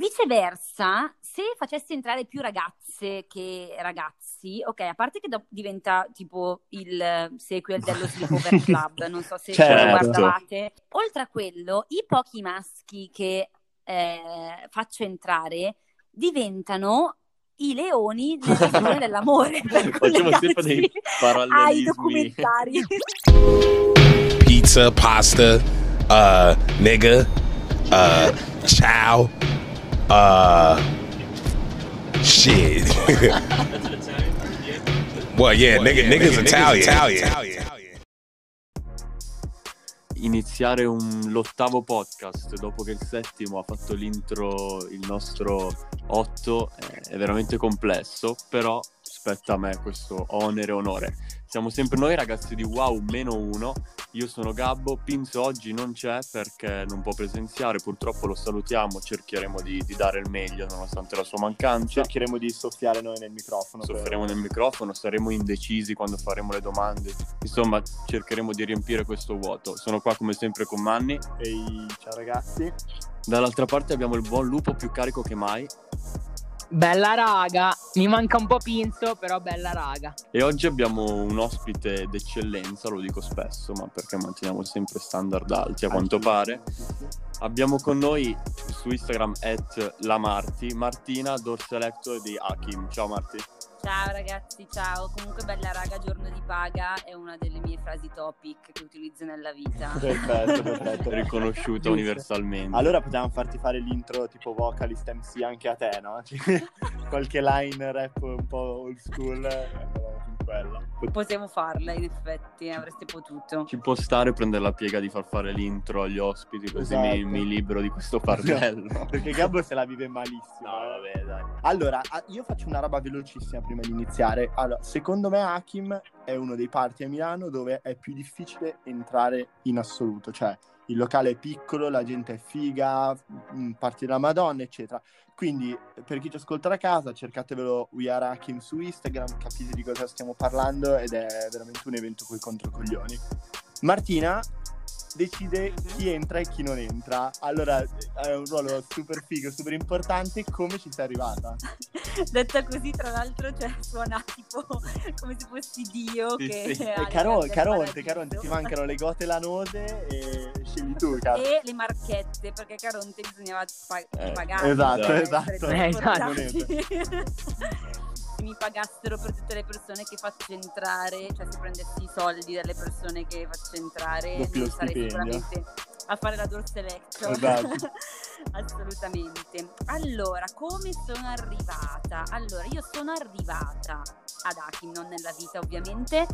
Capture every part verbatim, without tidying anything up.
Viceversa, se facessi entrare più ragazze che ragazzi, ok, a parte che do- diventa tipo il sequel dello Sleepover Club, non so se Certo. lo guardavate. Oltre a quello, i pochi maschi che eh, faccio entrare diventano i leoni nelle zone dell'amore, per Facciamo sempre dei collegarsi ai parallelismi. documentari. Pizza, pasta, uh, nigga, uh, ciao, uh, shit. Well, yeah, nigga, nigga's Italian. Italian. Iniziare un, l'ottavo podcast dopo che il settimo ha fatto l'intro, il nostro otto, è veramente complesso, però spetta a me questo onere e onore. Siamo sempre noi ragazzi di Wow meno uno, io sono Gabbo, Pinzo oggi non c'è perché non può presenziare, purtroppo lo salutiamo, cercheremo di, di dare il meglio nonostante la sua mancanza. Cercheremo di soffiare noi nel microfono. Soffieremo nel microfono, saremo indecisi quando faremo le domande, insomma cercheremo di riempire questo vuoto. Sono qua come sempre con Manni. Ehi, ciao ragazzi. Dall'altra parte abbiamo il buon Lupo più carico che mai. Bella raga, mi manca un po' Pinzo, però bella raga. E oggi abbiamo un ospite d'eccellenza, lo dico spesso, ma perché manteniamo sempre standard alti a quanto pare. Abbiamo con noi su Instagram at lamarti Martina, door selector di Hakim. Ciao Marti. Ciao ragazzi, ciao. Comunque bella raga, giorno di paga è una delle mie frasi topic che utilizzo nella vita. Perfetto, perfetto. Riconosciuta universalmente. Allora potevamo farti fare l'intro tipo vocalist M C anche a te, no? Qualche line rap un po' old school, andavamo con quella. Potevo farla, in effetti, avreste potuto. Ci può stare prendere la piega di far fare l'intro agli ospiti, così Esatto. mi, mi libero di questo fardello. No, perché Gabbo se la vive malissimo. No, vabbè, dai. Allora, io faccio una roba velocissima prima di iniziare. Allora, secondo me Hakim è uno dei party a Milano dove è più difficile entrare in assoluto. Cioè, il locale è piccolo, la gente è figa, party della Madonna, eccetera. Quindi, per chi ci ascolta da casa, cercatevelo We Are Hakim su Instagram, capite di cosa stiamo parlando ed è veramente un evento coi controcoglioni. Martina decide chi entra e chi non entra. Allora è un ruolo super figo, super importante. Come ci sei arrivata? Detta così, tra l'altro, cioè, suona tipo come se fossi Dio Sì, che sì. ha E le Caro- gambe al Caronte, paradiso. Caronte, ti mancano le gote lanose e scegli tu, caro. E le marchette, perché Caronte bisognava pa- Eh, pagare esatto, per esatto. essere Eh, trasportati. Se mi pagassero per tutte le persone che faccio entrare, cioè se prendessi i soldi dalle persone che faccio entrare, Doppio non sarei stipendio. sicuramente a fare la door selection. Esatto. Assolutamente. Allora, come sono arrivata? Allora, io sono arrivata ad Hakim, non nella vita ovviamente,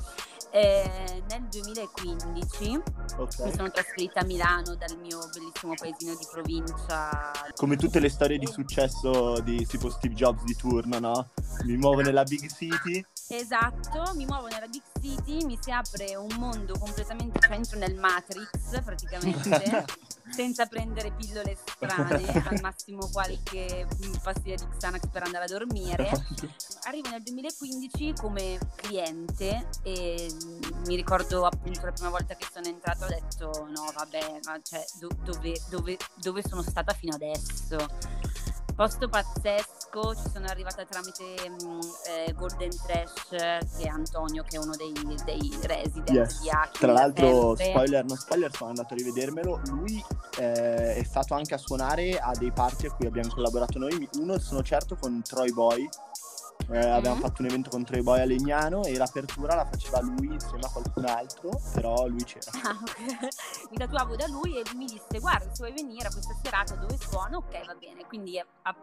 eh, nel duemilaquindici. Mi Ok. sono trasferita a Milano dal mio bellissimo paesino di provincia. Come tutte le storie di successo di tipo Steve Jobs di turno, no? Mi muovo nella big city. Esatto, mi muovo nella big city, mi si apre un mondo completamente, cioè entro nel Matrix praticamente, senza prendere pillole strane, al massimo qualche mm, pastiglia di Xanax per andare a dormire. Arrivo nel duemilaquindici come cliente e mm, mi ricordo appunto la prima volta che sono entrata ho detto no vabbè, ma cioè do- dove, dove, dove sono stata fino adesso? Posto pazzesco, ci sono arrivata tramite mh, eh, Golden Trash, che è Antonio, che è uno dei, dei resident Yes. di Hakim. Tra da l'altro, sempre. spoiler, non spoiler, sono andato a rivedermelo. Lui eh, è stato anche a suonare a dei party a cui abbiamo collaborato noi. Uno sono certo con Troy Boy. Eh, abbiamo Mhm. fatto un evento con Troy Boy a Legnano e l'apertura la faceva lui insieme a qualcun altro, però lui c'era. Ah, ok. Mi tatuavo da lui e lui mi disse guarda se vuoi venire a questa serata dove suono, ok va bene, quindi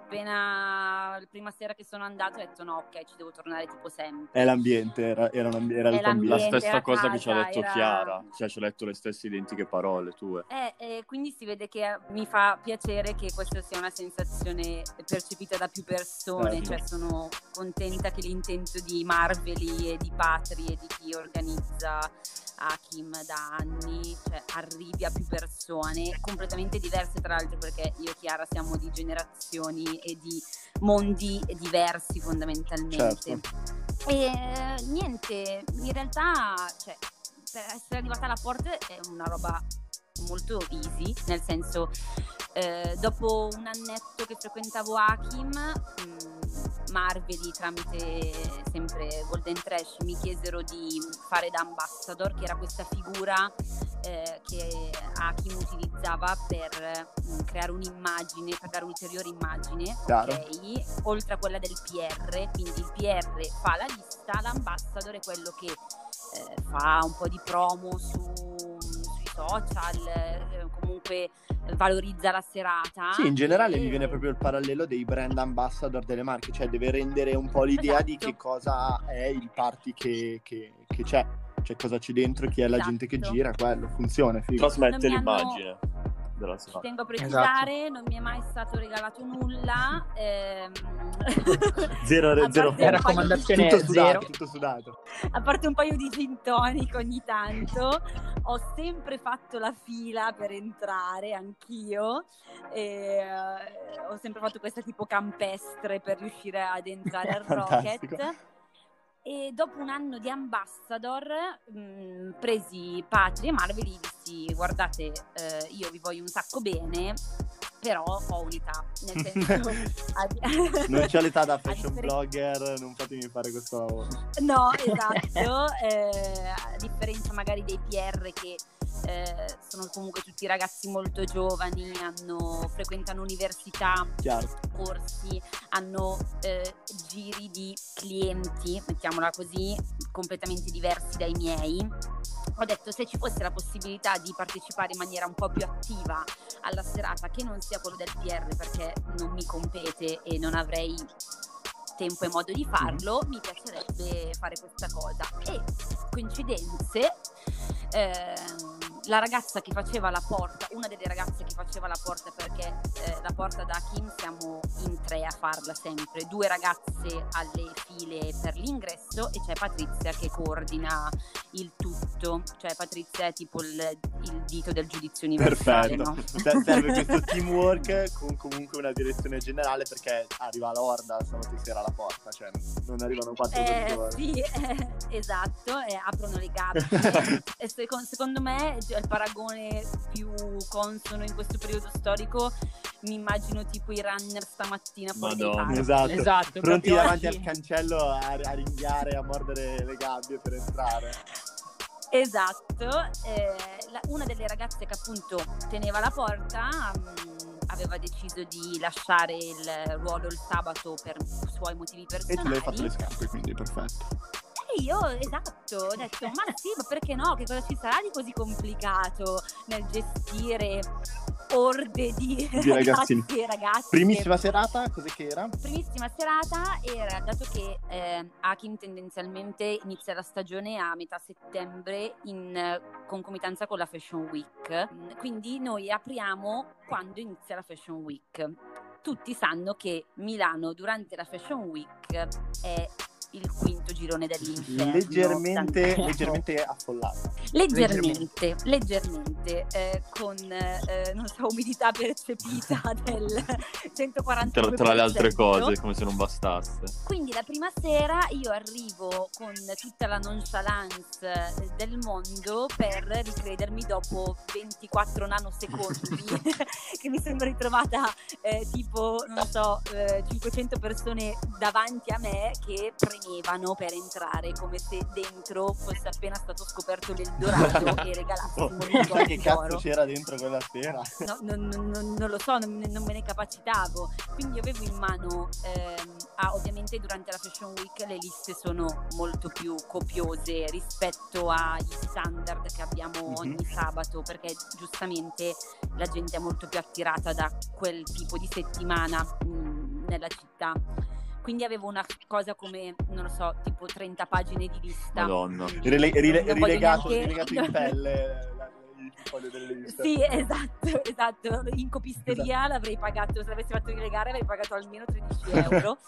appena la prima sera che sono andato ho detto no ok ci devo tornare tipo sempre. È l'ambiente, era, era, un, era È il tuo La l'ambiente. ambiente. stessa era cosa che ci ha casa, detto era- Chiara, cioè ci ha detto le stesse identiche parole tue. Eh, eh, quindi si vede che eh, mi fa piacere che questa sia una sensazione percepita da più persone, Certo. cioè sono contenta che l'intento di Marveli e di Patri e di chi organizza Hakim da anni, cioè arrivi a più persone completamente diverse tra l'altro perché io e Chiara siamo di generazioni e di mondi diversi fondamentalmente. Certo. E eh, niente, in realtà cioè, per essere arrivata alla porta è una roba molto easy, nel senso eh, dopo un annetto che frequentavo Hakim, mh, Marvely tramite sempre Golden Trash mi chiesero di fare da ambassador, che era questa figura eh, che Hakim utilizzava per mh, creare un'immagine, per dare un'ulteriore immagine, Chiaro. ok? Oltre a quella del P R, quindi il P R fa la lista, l'ambassador è quello che eh, fa un po' di promo su, sui social, eh, comunque valorizza la serata. Sì, in generale e... mi viene proprio il parallelo dei brand ambassador delle marche, cioè deve rendere un po' l'idea Esatto. di che cosa è il party che, che, che c'è, cioè cosa c'è dentro, chi è la Esatto. gente che gira, quello, funziona, figo. Trasmette Non mi hanno- l'immagine della Ci serata. tengo a precisare, non mi è mai stato regalato nulla. ehm, Zero, a zero parte un paio- raccomandazione tutto sudato, zero. tutto sudato. A parte un paio di gin tonic ogni tanto, ho sempre fatto la fila per entrare anch'io, e eh, ho sempre fatto questa tipo campestre per riuscire ad entrare al Fantastico. Rocket. E dopo un anno di ambassador mh, presi Patri e Marvely, dissi guardate, eh, io vi voglio un sacco bene, però ho un'età, nel senso a- Non c'è l'età da a fashion differen- blogger, non fatemi fare questo lavoro. No, esatto, eh, a differenza magari dei P R che eh, sono comunque tutti ragazzi molto giovani, hanno, frequentano università, Chiaro. corsi, hanno eh, giri di clienti, mettiamola così, completamente diversi dai miei. Ho detto, se ci fosse la possibilità di partecipare in maniera un po' più attiva alla serata, che non sia quello del P R perché non mi compete e non avrei tempo e modo di farlo, mi piacerebbe fare questa cosa. E coincidenze, ehm, la ragazza che faceva la porta, una delle ragazze che faceva la porta, perché eh, la porta da Hakim siamo in tre a farla sempre, due ragazze alle file per l'ingresso e c'è Patrizia che coordina il tutto, cioè Patrizia è tipo il, il dito del giudizio universale, Perfetto. no? Se- Serve questo teamwork con comunque una direzione generale, perché arriva l'orda sabato sera alla porta, cioè non arrivano quattro Eh, persone. sì, eh, esatto, eh, aprono le gabbie. E secondo, secondo me cioè, il paragone più consono in questo periodo storico, mi immagino tipo i runner stamattina fuori dai Madonna. parchi. Esatto, Esatto, pronti proprio davanti oggi. al cancello a, a ringhiare, a mordere le gabbie per entrare. Esatto, eh, la- una delle ragazze che appunto teneva la porta mh, aveva deciso di lasciare il ruolo il sabato per suoi motivi E personali. tu le hai fatto le scarpe, quindi perfetto. E io, esatto, ho detto, ma sì, ma perché no? Che cosa ci sarà di così complicato nel gestire orde di, Di ragazzini. ragazzi e ragazze? Primissima serata, cos'è che era? Primissima serata era, dato che eh, Hakim tendenzialmente inizia la stagione a metà settembre in eh, concomitanza con la Fashion Week, Mm, quindi noi apriamo quando inizia la Fashion Week. Tutti sanno che Milano durante la Fashion Week è il quinto girone dell'inferno. Leggermente, tant'è. leggermente affollata. Leggermente, leggermente, eh, con eh, non so, umidità percepita del centoquarantadue Tra, tra le altre per cento. cose, come se non bastasse. Quindi la prima sera io arrivo con tutta la nonchalance eh, del mondo per ricredermi dopo ventiquattro nanosecondi che mi sono ritrovata eh, tipo, non so, eh, cinquecento persone davanti a me che premevano per entrare, come se dentro fosse appena stato scoperto l'Eldorado e regalassimo Oh, il chissà che lingote cazzo d'oro. c'era dentro quella sera. No, non, non- non- non lo so, non, non me ne capacitavo. Quindi avevo in mano, ehm, ah, ovviamente durante la Fashion Week le liste sono molto più copiose rispetto agli standard che abbiamo Mhm. ogni sabato, perché giustamente la gente è molto più attirata da quel tipo di settimana mh, nella città. Quindi avevo una cosa come, non lo so, tipo trenta pagine di lista. Madonna. Quindi Rile- rile- non voglio rilegato, neanche- rilegato in pelle la- il foglio delle liste. Sì, esatto, esatto. In copisteria l'avrei pagato, se l'avessi fatto rilegare avrei pagato almeno tredici euro.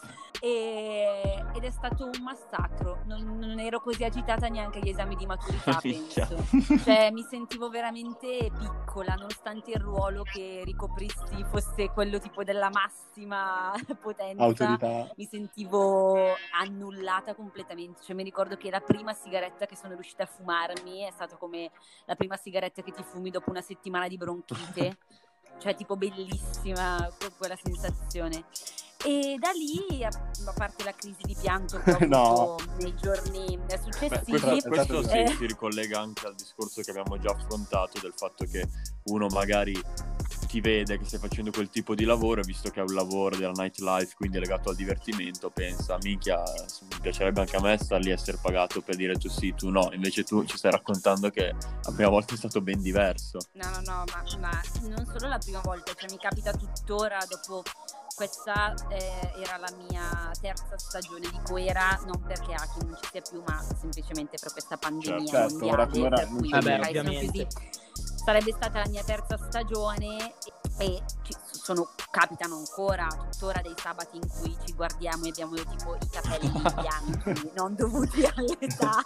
E, ed è stato un massacro. Non, non ero così agitata neanche agli esami di maturità, Minchia. penso. Cioè, mi sentivo veramente piccola, nonostante il ruolo che ricoprissi fosse quello tipo della massima potenza. Autorità. Mi sentivo annullata completamente. Cioè, mi ricordo che la prima sigaretta che sono riuscita a fumarmi è stata come la prima sigaretta sigarette che ti fumi dopo una settimana di bronchite, cioè tipo bellissima quella sensazione. E da lì, a a parte la crisi di pianto che ho avuto No. nei giorni Beh, successivi, questo, questo si, eh, si ricollega anche al discorso che abbiamo già affrontato del fatto che uno magari ti vede che stai facendo quel tipo di lavoro e visto che è un lavoro della nightlife, quindi è legato al divertimento, pensa, minchia, mi piacerebbe anche a me star lì a essere pagato per dire tu sì, tu no, invece tu ci stai raccontando che la prima volta è stato ben diverso. no, no, no, ma, ma non solo la prima volta, cioè mi capita tuttora dopo. Questa eh, era la mia terza stagione, dico era non perché Aki non ci sia più, ma semplicemente per questa pandemia Certo, mondiale, ora come ora per non cui c'è Vabbè, i niente. locali sono ovviamente. chiusi. Sarebbe stata la mia terza stagione e ci sono, capitano ancora tuttora dei sabati in cui ci guardiamo e abbiamo tipo i capelli bianchi, non dovuti all'età,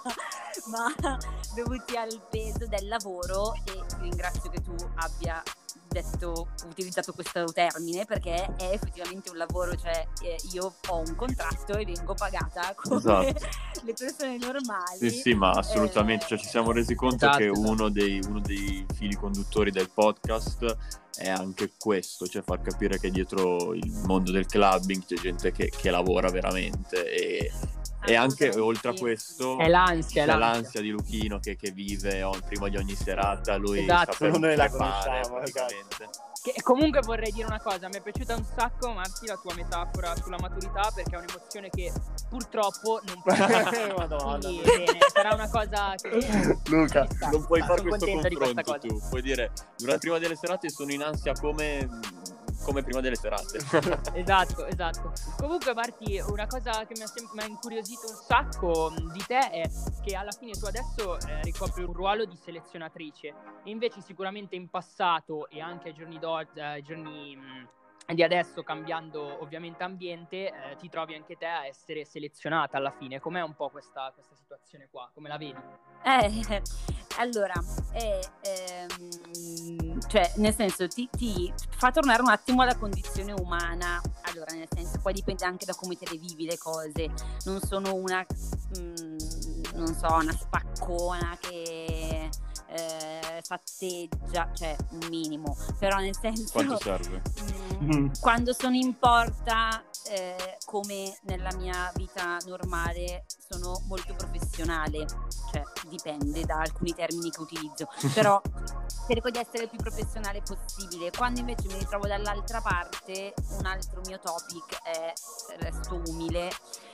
ma dovuti al peso del lavoro, e ti ringrazio che tu abbia detto, utilizzato questo termine, perché è effettivamente un lavoro, cioè eh, io ho un contratto e vengo pagata come Esatto. le persone normali. Sì, sì, ma assolutamente, Eh, cioè ci siamo resi conto esatto, che esatto. uno dei, uno dei fili conduttori del podcast è anche questo, cioè far capire che dietro il mondo del clubbing c'è gente che, che lavora veramente e, e anche assolutamente oltre a sì. questo È l'ansia, è c'è l'ansia. l'ansia di Luchino che, che vive o- prima di ogni serata, lui Esatto. sta per Solo noi la crepare conosciamo, praticamente. Che comunque vorrei dire una cosa, mi è piaciuta un sacco, Marti, la tua metafora sulla maturità, perché è un'emozione che purtroppo non può. Madonna. Quindi bene, sarà una cosa che Luca, ci sta. Non puoi Ah, fare sono questo contento di questa confronto cosa. tu, puoi dire durante prima delle serate sono in ansia come, come prima delle serate. Esatto, esatto. Comunque Marti, una cosa che mi ha, sem- mi ha incuriosito un sacco mh, di te è che alla fine tu adesso eh, ricopri un ruolo di selezionatrice e invece sicuramente in passato e anche ai giorni, d'o- eh, ai giorni mh, di adesso, cambiando ovviamente ambiente, eh, ti trovi anche te a essere selezionata alla fine. Com'è un po' questa, questa situazione qua? Come la vedi? Eh, allora, è, ehm, cioè, nel senso, ti, ti fa tornare un attimo alla condizione umana. Allora, nel senso, poi dipende anche da come te le vivi le cose. Non sono una, mm, non so, una spaccona che eh, fatteggia, cioè un minimo, però nel senso... Quanto serve? Mm, quando sono in porta, eh, come nella mia vita normale, sono molto professionale, cioè dipende da alcuni termini che utilizzo, però cerco di essere il più professionale possibile. Quando invece mi ritrovo dall'altra parte, un altro mio topic è resto umile.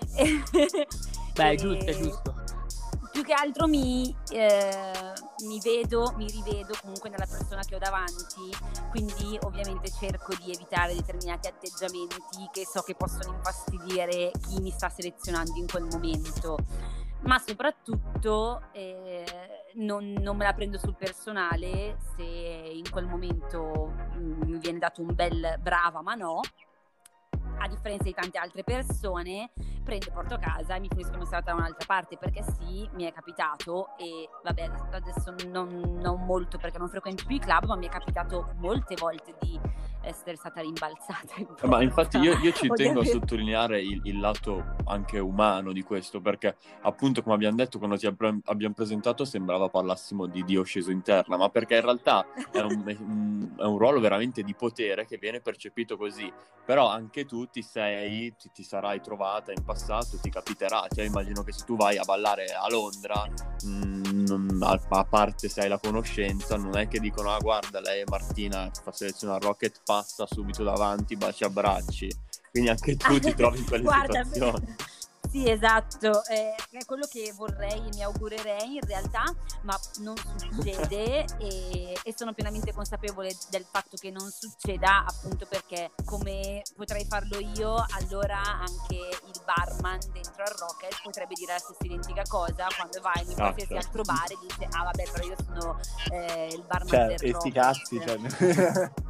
Beh, è E- giusto, è giusto. Più che altro mi, eh, mi vedo, mi rivedo comunque nella persona che ho davanti, quindi ovviamente cerco di evitare determinati atteggiamenti che so che possono infastidire chi mi sta selezionando in quel momento, ma soprattutto eh, non, non me la prendo sul personale se in quel momento mm, mi viene dato un bel brava ma no. A differenza di tante altre persone, prendo e porto a casa e mi finisco una serata da un'altra parte, perché sì, mi è capitato, e vabbè, adesso non, non molto perché non frequento più i club, ma mi è capitato molte volte di essere stata rimbalzata in porta. Ma infatti io, io ci O di tengo a aver- sottolineare il, il lato anche umano di questo, perché appunto come abbiamo detto quando ti abbra- abbiamo presentato sembrava parlassimo di Dio sceso in terra, ma perché in realtà è un, è un- è un ruolo veramente di potere che viene percepito così, però anche tu ti sei, ti, ti sarai trovata in passato, ti capiterà, cioè immagino che se tu vai a ballare a Londra, mh, non- a, a parte se hai la conoscenza, non è che dicono ah guarda lei è Martina che fa selezione a Rocket, passa subito davanti, baci abbracci, quindi anche tu ti trovi in quelle Guarda, situazioni. Sì, esatto, eh, è quello che vorrei e mi augurerei in realtà, ma non succede e, e sono pienamente consapevole del fatto che non succeda, appunto perché come potrei farlo io, allora anche il barman dentro al Rocket potrebbe dire la stessa identica cosa quando vai in Ah, qualsiasi certo. altro bar e dice ah vabbè però io sono eh, il barman cioè, del e sti Rocket. cazzi, cioè.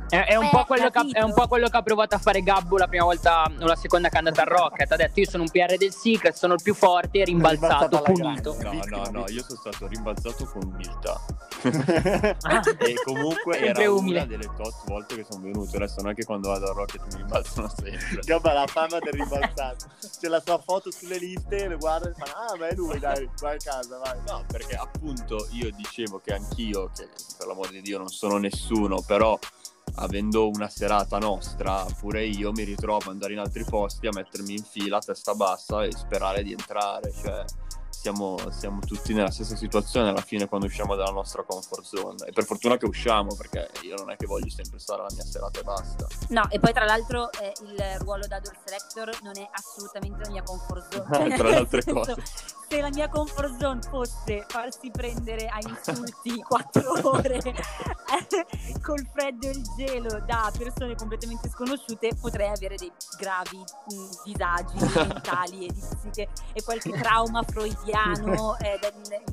È, è, un Eh, po' quello che, ha- capito? è un po' quello che ha provato a fare Gabbo la prima volta o la seconda che è andata al Rocket. Ha detto: io sono un P R del Secret, sono il più forte, rimbalzato, Rimbalzato alla punito. grande. No, Vittima, no, no, vittima. io sono stato rimbalzato con umiltà. Ah, E comunque sempre era umile. una delle tot volte che sono venuto. Adesso non è che quando vado al Rocket mi rimbalzano sempre. Gabba la fama del rimbalzato. C'è la sua foto sulle liste, lo guarda e fa: ah, ma è lui, dai, vai a casa, vai. No, perché appunto io dicevo che anch'io, che per l'amor di Dio non sono nessuno, però avendo una serata nostra, pure io mi ritrovo ad andare in altri posti, a mettermi in fila a testa bassa e sperare di entrare, cioè siamo, siamo tutti nella stessa situazione alla fine quando usciamo dalla nostra comfort zone, e per fortuna che usciamo, perché io non è che voglio sempre stare alla mia serata e basta. No, e poi tra l'altro eh, il ruolo da door selector non è assolutamente la mia comfort zone. Cioè, Tra le altre nel senso, cose. se la mia comfort zone fosse farsi prendere a insulti quattro ore eh, col freddo e il gelo da persone completamente sconosciute, potrei avere dei gravi mh, disagi mentali e di psiche e qualche trauma freudiano eh, da,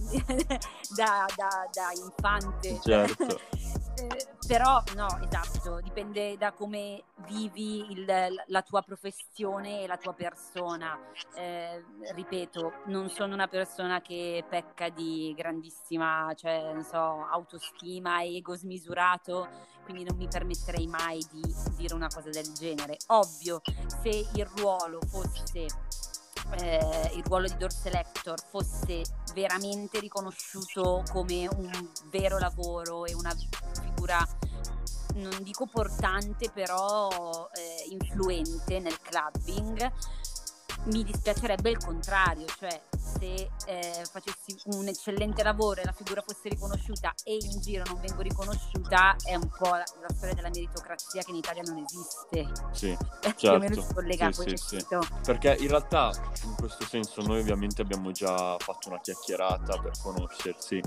da, da, da infante. Certo. Eh, però no, esatto, dipende da come vivi il, la tua professione e la tua persona. Eh, ripeto, non sono una persona che pecca di grandissima, cioè, non so, autostima, ego smisurato, quindi non mi permetterei mai di dire una cosa del genere. Ovvio, se il ruolo fosse Eh, il ruolo di door selector fosse veramente riconosciuto come un vero lavoro e una figura, non dico portante, però eh, influente nel clubbing, mi dispiacerebbe il contrario, cioè se eh, facessi un eccellente lavoro e la figura fosse riconosciuta e in giro non vengo riconosciuta, è un po' la, la storia della meritocrazia che in Italia non esiste. Sì, Più o meno certo. si collega Sì, a sì, questo. sì. Perché in realtà in questo senso noi ovviamente abbiamo già fatto una chiacchierata per conoscersi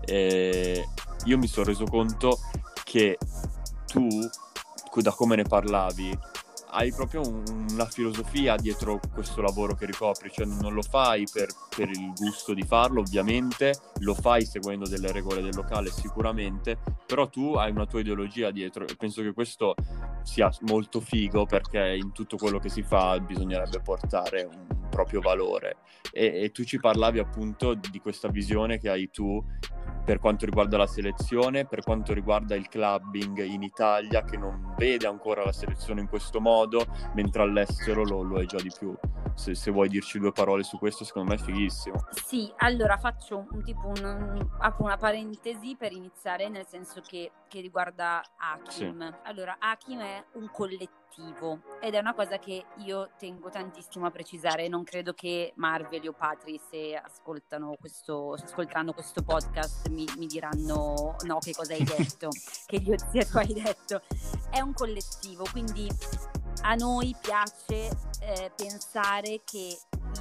e io mi sono reso conto che tu, da come ne parlavi, hai proprio un- una filosofia dietro questo lavoro che ricopri, cioè non lo fai per, per il gusto di farlo, ovviamente, lo fai seguendo delle regole del locale sicuramente, però tu hai una tua ideologia dietro e penso che questo sia molto figo, perché in tutto quello che si fa bisognerebbe portare un proprio valore e, e tu ci parlavi appunto di questa visione che hai tu per quanto riguarda la selezione, per quanto riguarda il clubbing in Italia, che non vede ancora la selezione in questo modo, mentre all'estero lo, lo è già di più. Se, se vuoi dirci due parole su questo, secondo me è fighissimo. Sì, allora faccio un tipo un, un- apro una parentesi per iniziare, nel senso che, che riguarda Hakim. Allora, Hakim è un collettivo ed è una cosa che io tengo tantissimo a precisare. Non credo che Marvel o Patri, se ascoltano questo, se ascolteranno questo podcast, mi, mi diranno no, che cosa hai detto, che idiozia tu hai detto. È un collettivo, quindi a noi piace eh, pensare che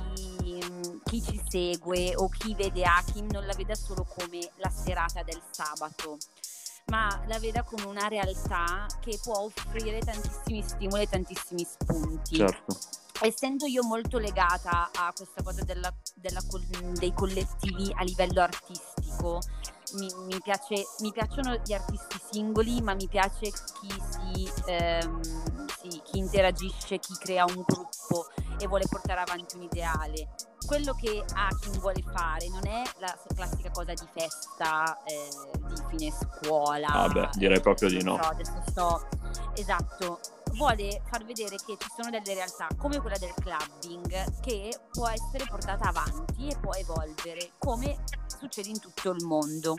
chi, chi ci segue o chi vede Hakim non la veda solo come la serata del sabato, ma la veda come una realtà che può offrire tantissimi stimoli e tantissimi spunti. Certo. Essendo io molto legata a questa cosa della, della col- dei collettivi a livello artistico, mi, mi, piace, mi piacciono gli artisti singoli, ma mi piace chi si, ehm, sì, chi interagisce, chi crea un gruppo e vuole portare avanti un ideale. Quello che Hakim vuole fare non è la classica cosa di festa, eh, di fine scuola. Ah beh, direi proprio di no. So, adesso sto... Esatto. Vuole far vedere che ci sono delle realtà come quella del clubbing che può essere portata avanti e può evolvere come succede in tutto il mondo.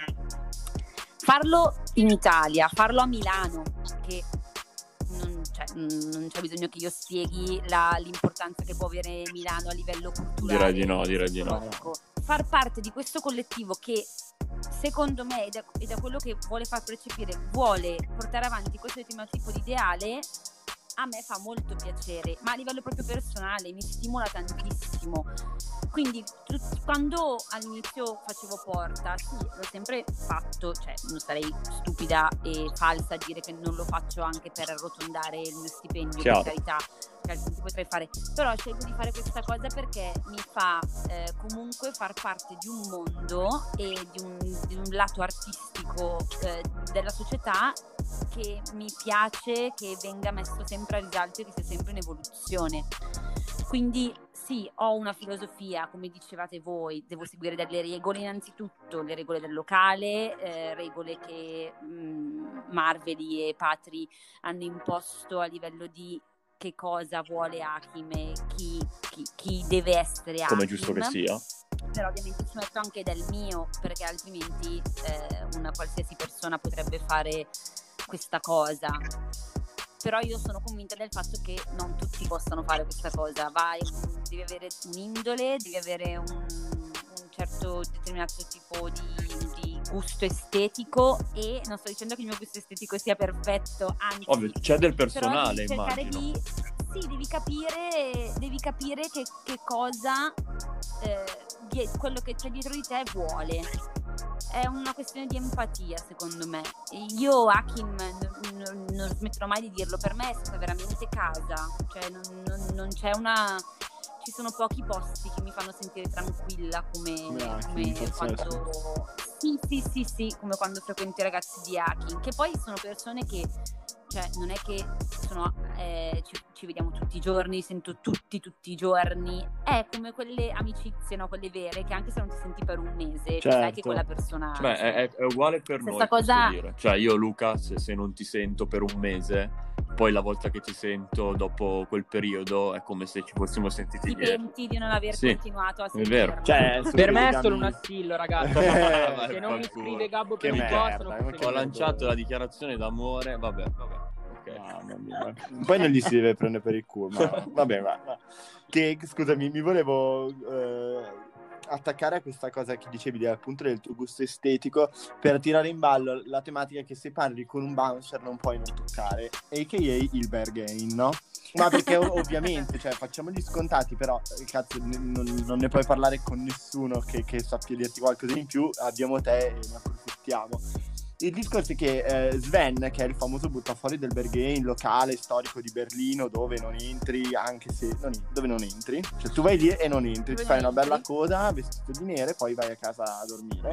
Farlo in Italia, farlo a Milano, che non c'è, non c'è bisogno che io spieghi la, l'importanza che può avere Milano a livello culturale. Direi di no, direi di no. Ecco, far parte di questo collettivo che secondo me, e da, e da quello che vuole far percepire, vuole portare avanti questo tipo di ideale, a me fa molto piacere, ma a livello proprio personale mi stimola tantissimo. Quindi tu, quando all'inizio facevo porta, sì, l'ho sempre fatto, cioè non sarei stupida e falsa a dire che non lo faccio anche per arrotondare il mio stipendio, Chiaro. per carità, che altrimenti potrei fare, però scelgo di fare questa cosa perché mi fa eh, comunque far parte di un mondo e di un, di un lato artistico eh, della società che mi piace che venga messo sempre a risalto e che sia sempre in evoluzione. Quindi sì, ho una filosofia, come dicevate voi, devo seguire delle regole, innanzitutto le regole del locale, eh, regole che mh, Marvely e Patri hanno imposto a livello di che cosa vuole Hakim e chi, chi, chi deve essere Hakim. Come giusto che sia. Però ovviamente ci metto anche del mio, perché altrimenti eh, una qualsiasi persona potrebbe fare questa cosa. Però io sono convinta del fatto che non tutti possano fare questa cosa. Vai, devi avere un'indole, devi avere un, un certo determinato tipo di, di gusto estetico, e non sto dicendo che il mio gusto estetico sia perfetto, anzi, Ovvio, c'è del però personale, devi cercare immagino. di, sì, devi capire, devi capire che, che cosa eh, die- quello che c'è dietro di te vuole. È una questione di empatia, secondo me. Io Hakim n- n- non smetterò mai di dirlo, per me è stata veramente casa, cioè non, non- non c'è una, ci sono pochi posti che mi fanno sentire tranquilla come, Come Hakim, come pazzesco. quando sì sì sì sì come quando frequento i ragazzi di Hakim, che poi sono persone che, cioè, non è che sono, eh, ci, ci vediamo tutti i giorni, sento tutti, tutti i giorni. È come quelle amicizie, no? Quelle vere, che anche se non ti senti per un mese, Certo. sai che quella persona... Beh, cioè, è, è uguale per Stessa noi, cosa- posso dire. Cioè, io, Luca, se, se non ti sento per un mese, poi la volta che ti sento dopo quel periodo è come se ci fossimo sentiti ti ieri. penti di non aver Sì, continuato a è vero. sentirlo. Cioè, sono Per me è legami- solo un assillo, ragazzi. Eh, Se non mi fanculo. scrive Gabbo Che per un po', merda, sono ma cose che Ho che- lanciato la dichiarazione d'amore, vabbè, vabbè. Ok. Mamma mia. Poi non gli si deve prendere per il culo, ma vabbè, va, va. Che, scusami, mi volevo eh, attaccare a questa cosa che dicevi del- appunto del tuo gusto estetico, per tirare in ballo la tematica che se parli con un bouncer non puoi non toccare, a k a il bargain, no? Ma perché ov- ovviamente, cioè, facciamo gli scontati, però eh, cazzo, n- non, non ne puoi parlare con nessuno che, che sappia dirti qualcosa in più, abbiamo te e ne approfittiamo. Il discorso è che eh, Sven, che è il famoso buttafuori del Berghain, locale storico di Berlino, dove non entri, anche se non en- dove non entri, cioè tu vai lì e non entri, Dove ti fai non una bella entri? coda vestito di nero e poi vai a casa a dormire.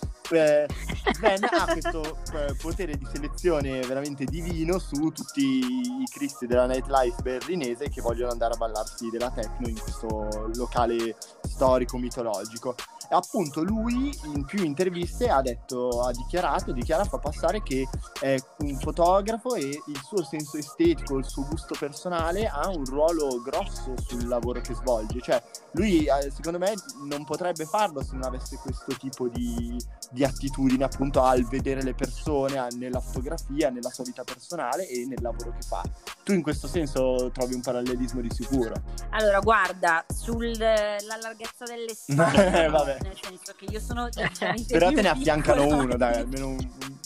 Eh, Sven ha questo eh, potere di selezione veramente divino su tutti i cristi della nightlife berlinese che vogliono andare a ballarsi della techno in questo locale storico mitologico. E appunto lui in più interviste ha detto, ha dichiarato, dichiara, fa passare che è un fotografo e il suo senso estetico, il suo gusto personale ha un ruolo grosso sul lavoro che svolge. Cioè lui eh, secondo me non potrebbe farlo se non avesse questo tipo di, di attitudine appunto al vedere le persone, a- nella fotografia, nella sua vita personale e nel lavoro che fa. Tu in questo senso trovi un parallelismo di sicuro? Allora, guarda, sulla larghezza delle spalle, no, Vabbè. nel senso che io sono decisamente Però più te ne affiancano piccola. uno, dai, almeno un,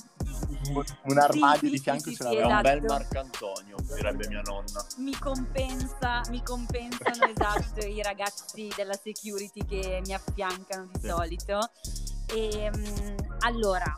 un, un armadio Sì, di sì, fianco sì, ce sì, È l'aveva. un bel esatto. Marcantonio, direbbe mia nonna. mi compensa, mi compensano esatto i ragazzi della security che mi affiancano di Sì. solito. E mm, allora,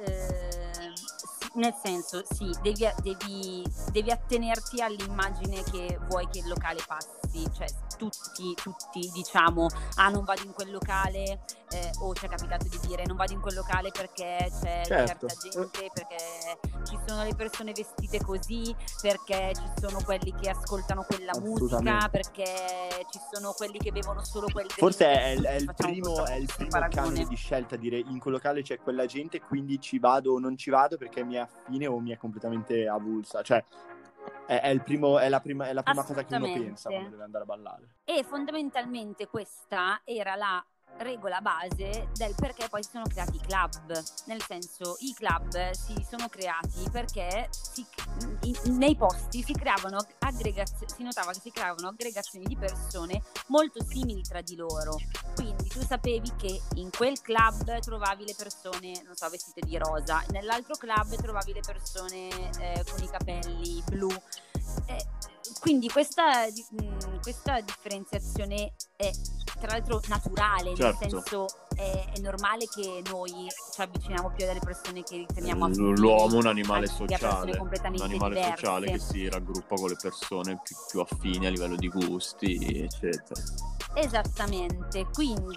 ehm, sì, nel senso, sì, devi, devi, devi attenerti all'immagine che vuoi che il locale passi, cioè tutti, tutti diciamo, ah non vado in quel locale, eh, o ci è capitato di dire non vado in quel locale perché c'è Certo. certa gente, perché ci sono le persone vestite così, perché ci sono quelli che ascoltano quella musica, Assolutamente. perché ci sono quelli che bevono solo quel drink. Forse è, il- Tutti è il facciamo primo, questo- è il questo primo paragone. canone di scelta, dire in quel locale c'è quella gente, quindi ci vado o non ci vado perché mi è affine o mi è completamente avulsa. Cioè è, è il primo, è la prima, è la prima cosa che uno Assolutamente. pensa quando deve andare a ballare. E fondamentalmente questa era la regola base del perché poi si sono creati i club, nel senso i club si sono creati perché si, in- nei posti si creavano aggregazioni, si notava che si creavano aggregazioni di persone molto simili tra di loro, quindi tu sapevi che in quel club trovavi le persone, non so, vestite di rosa, nell'altro club trovavi le persone eh, con i capelli blu. Eh, quindi questa, mh, questa differenziazione è tra l'altro naturale, Certo. nel senso è, è normale che noi ci avviciniamo più alle persone che riteniamo affini, L'uomo è un animale anche a persone sociale, un completamente animale diverse. sociale che si raggruppa con le persone più, più affini a livello di gusti, eccetera. Esattamente, quindi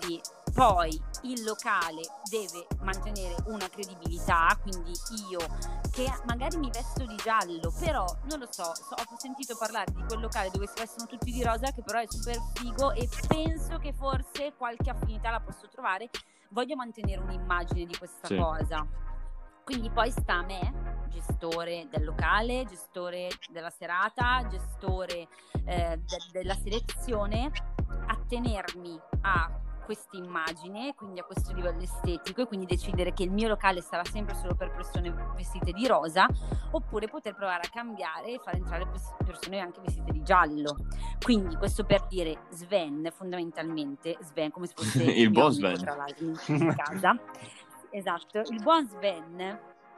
Poi il locale deve mantenere una credibilità, quindi io che magari mi vesto di giallo, però non lo so, so ho sentito parlare di quel locale dove si vestono tutti di rosa, che però è super figo e penso che forse qualche affinità la posso trovare. Voglio mantenere un'immagine di questa Sì. cosa. Quindi poi sta a me, gestore del locale, gestore della serata, gestore eh, de- della selezione, attenermi a questa immagine, quindi a questo livello estetico, e quindi decidere che il mio locale sarà sempre solo per persone vestite di rosa, oppure poter provare a cambiare e far entrare pers- persone anche vestite di giallo. Quindi questo per dire Sven, fondamentalmente Sven, come se fosse Il mio buon amico, Sven. tra l'altro, in casa. Esatto, il buon Sven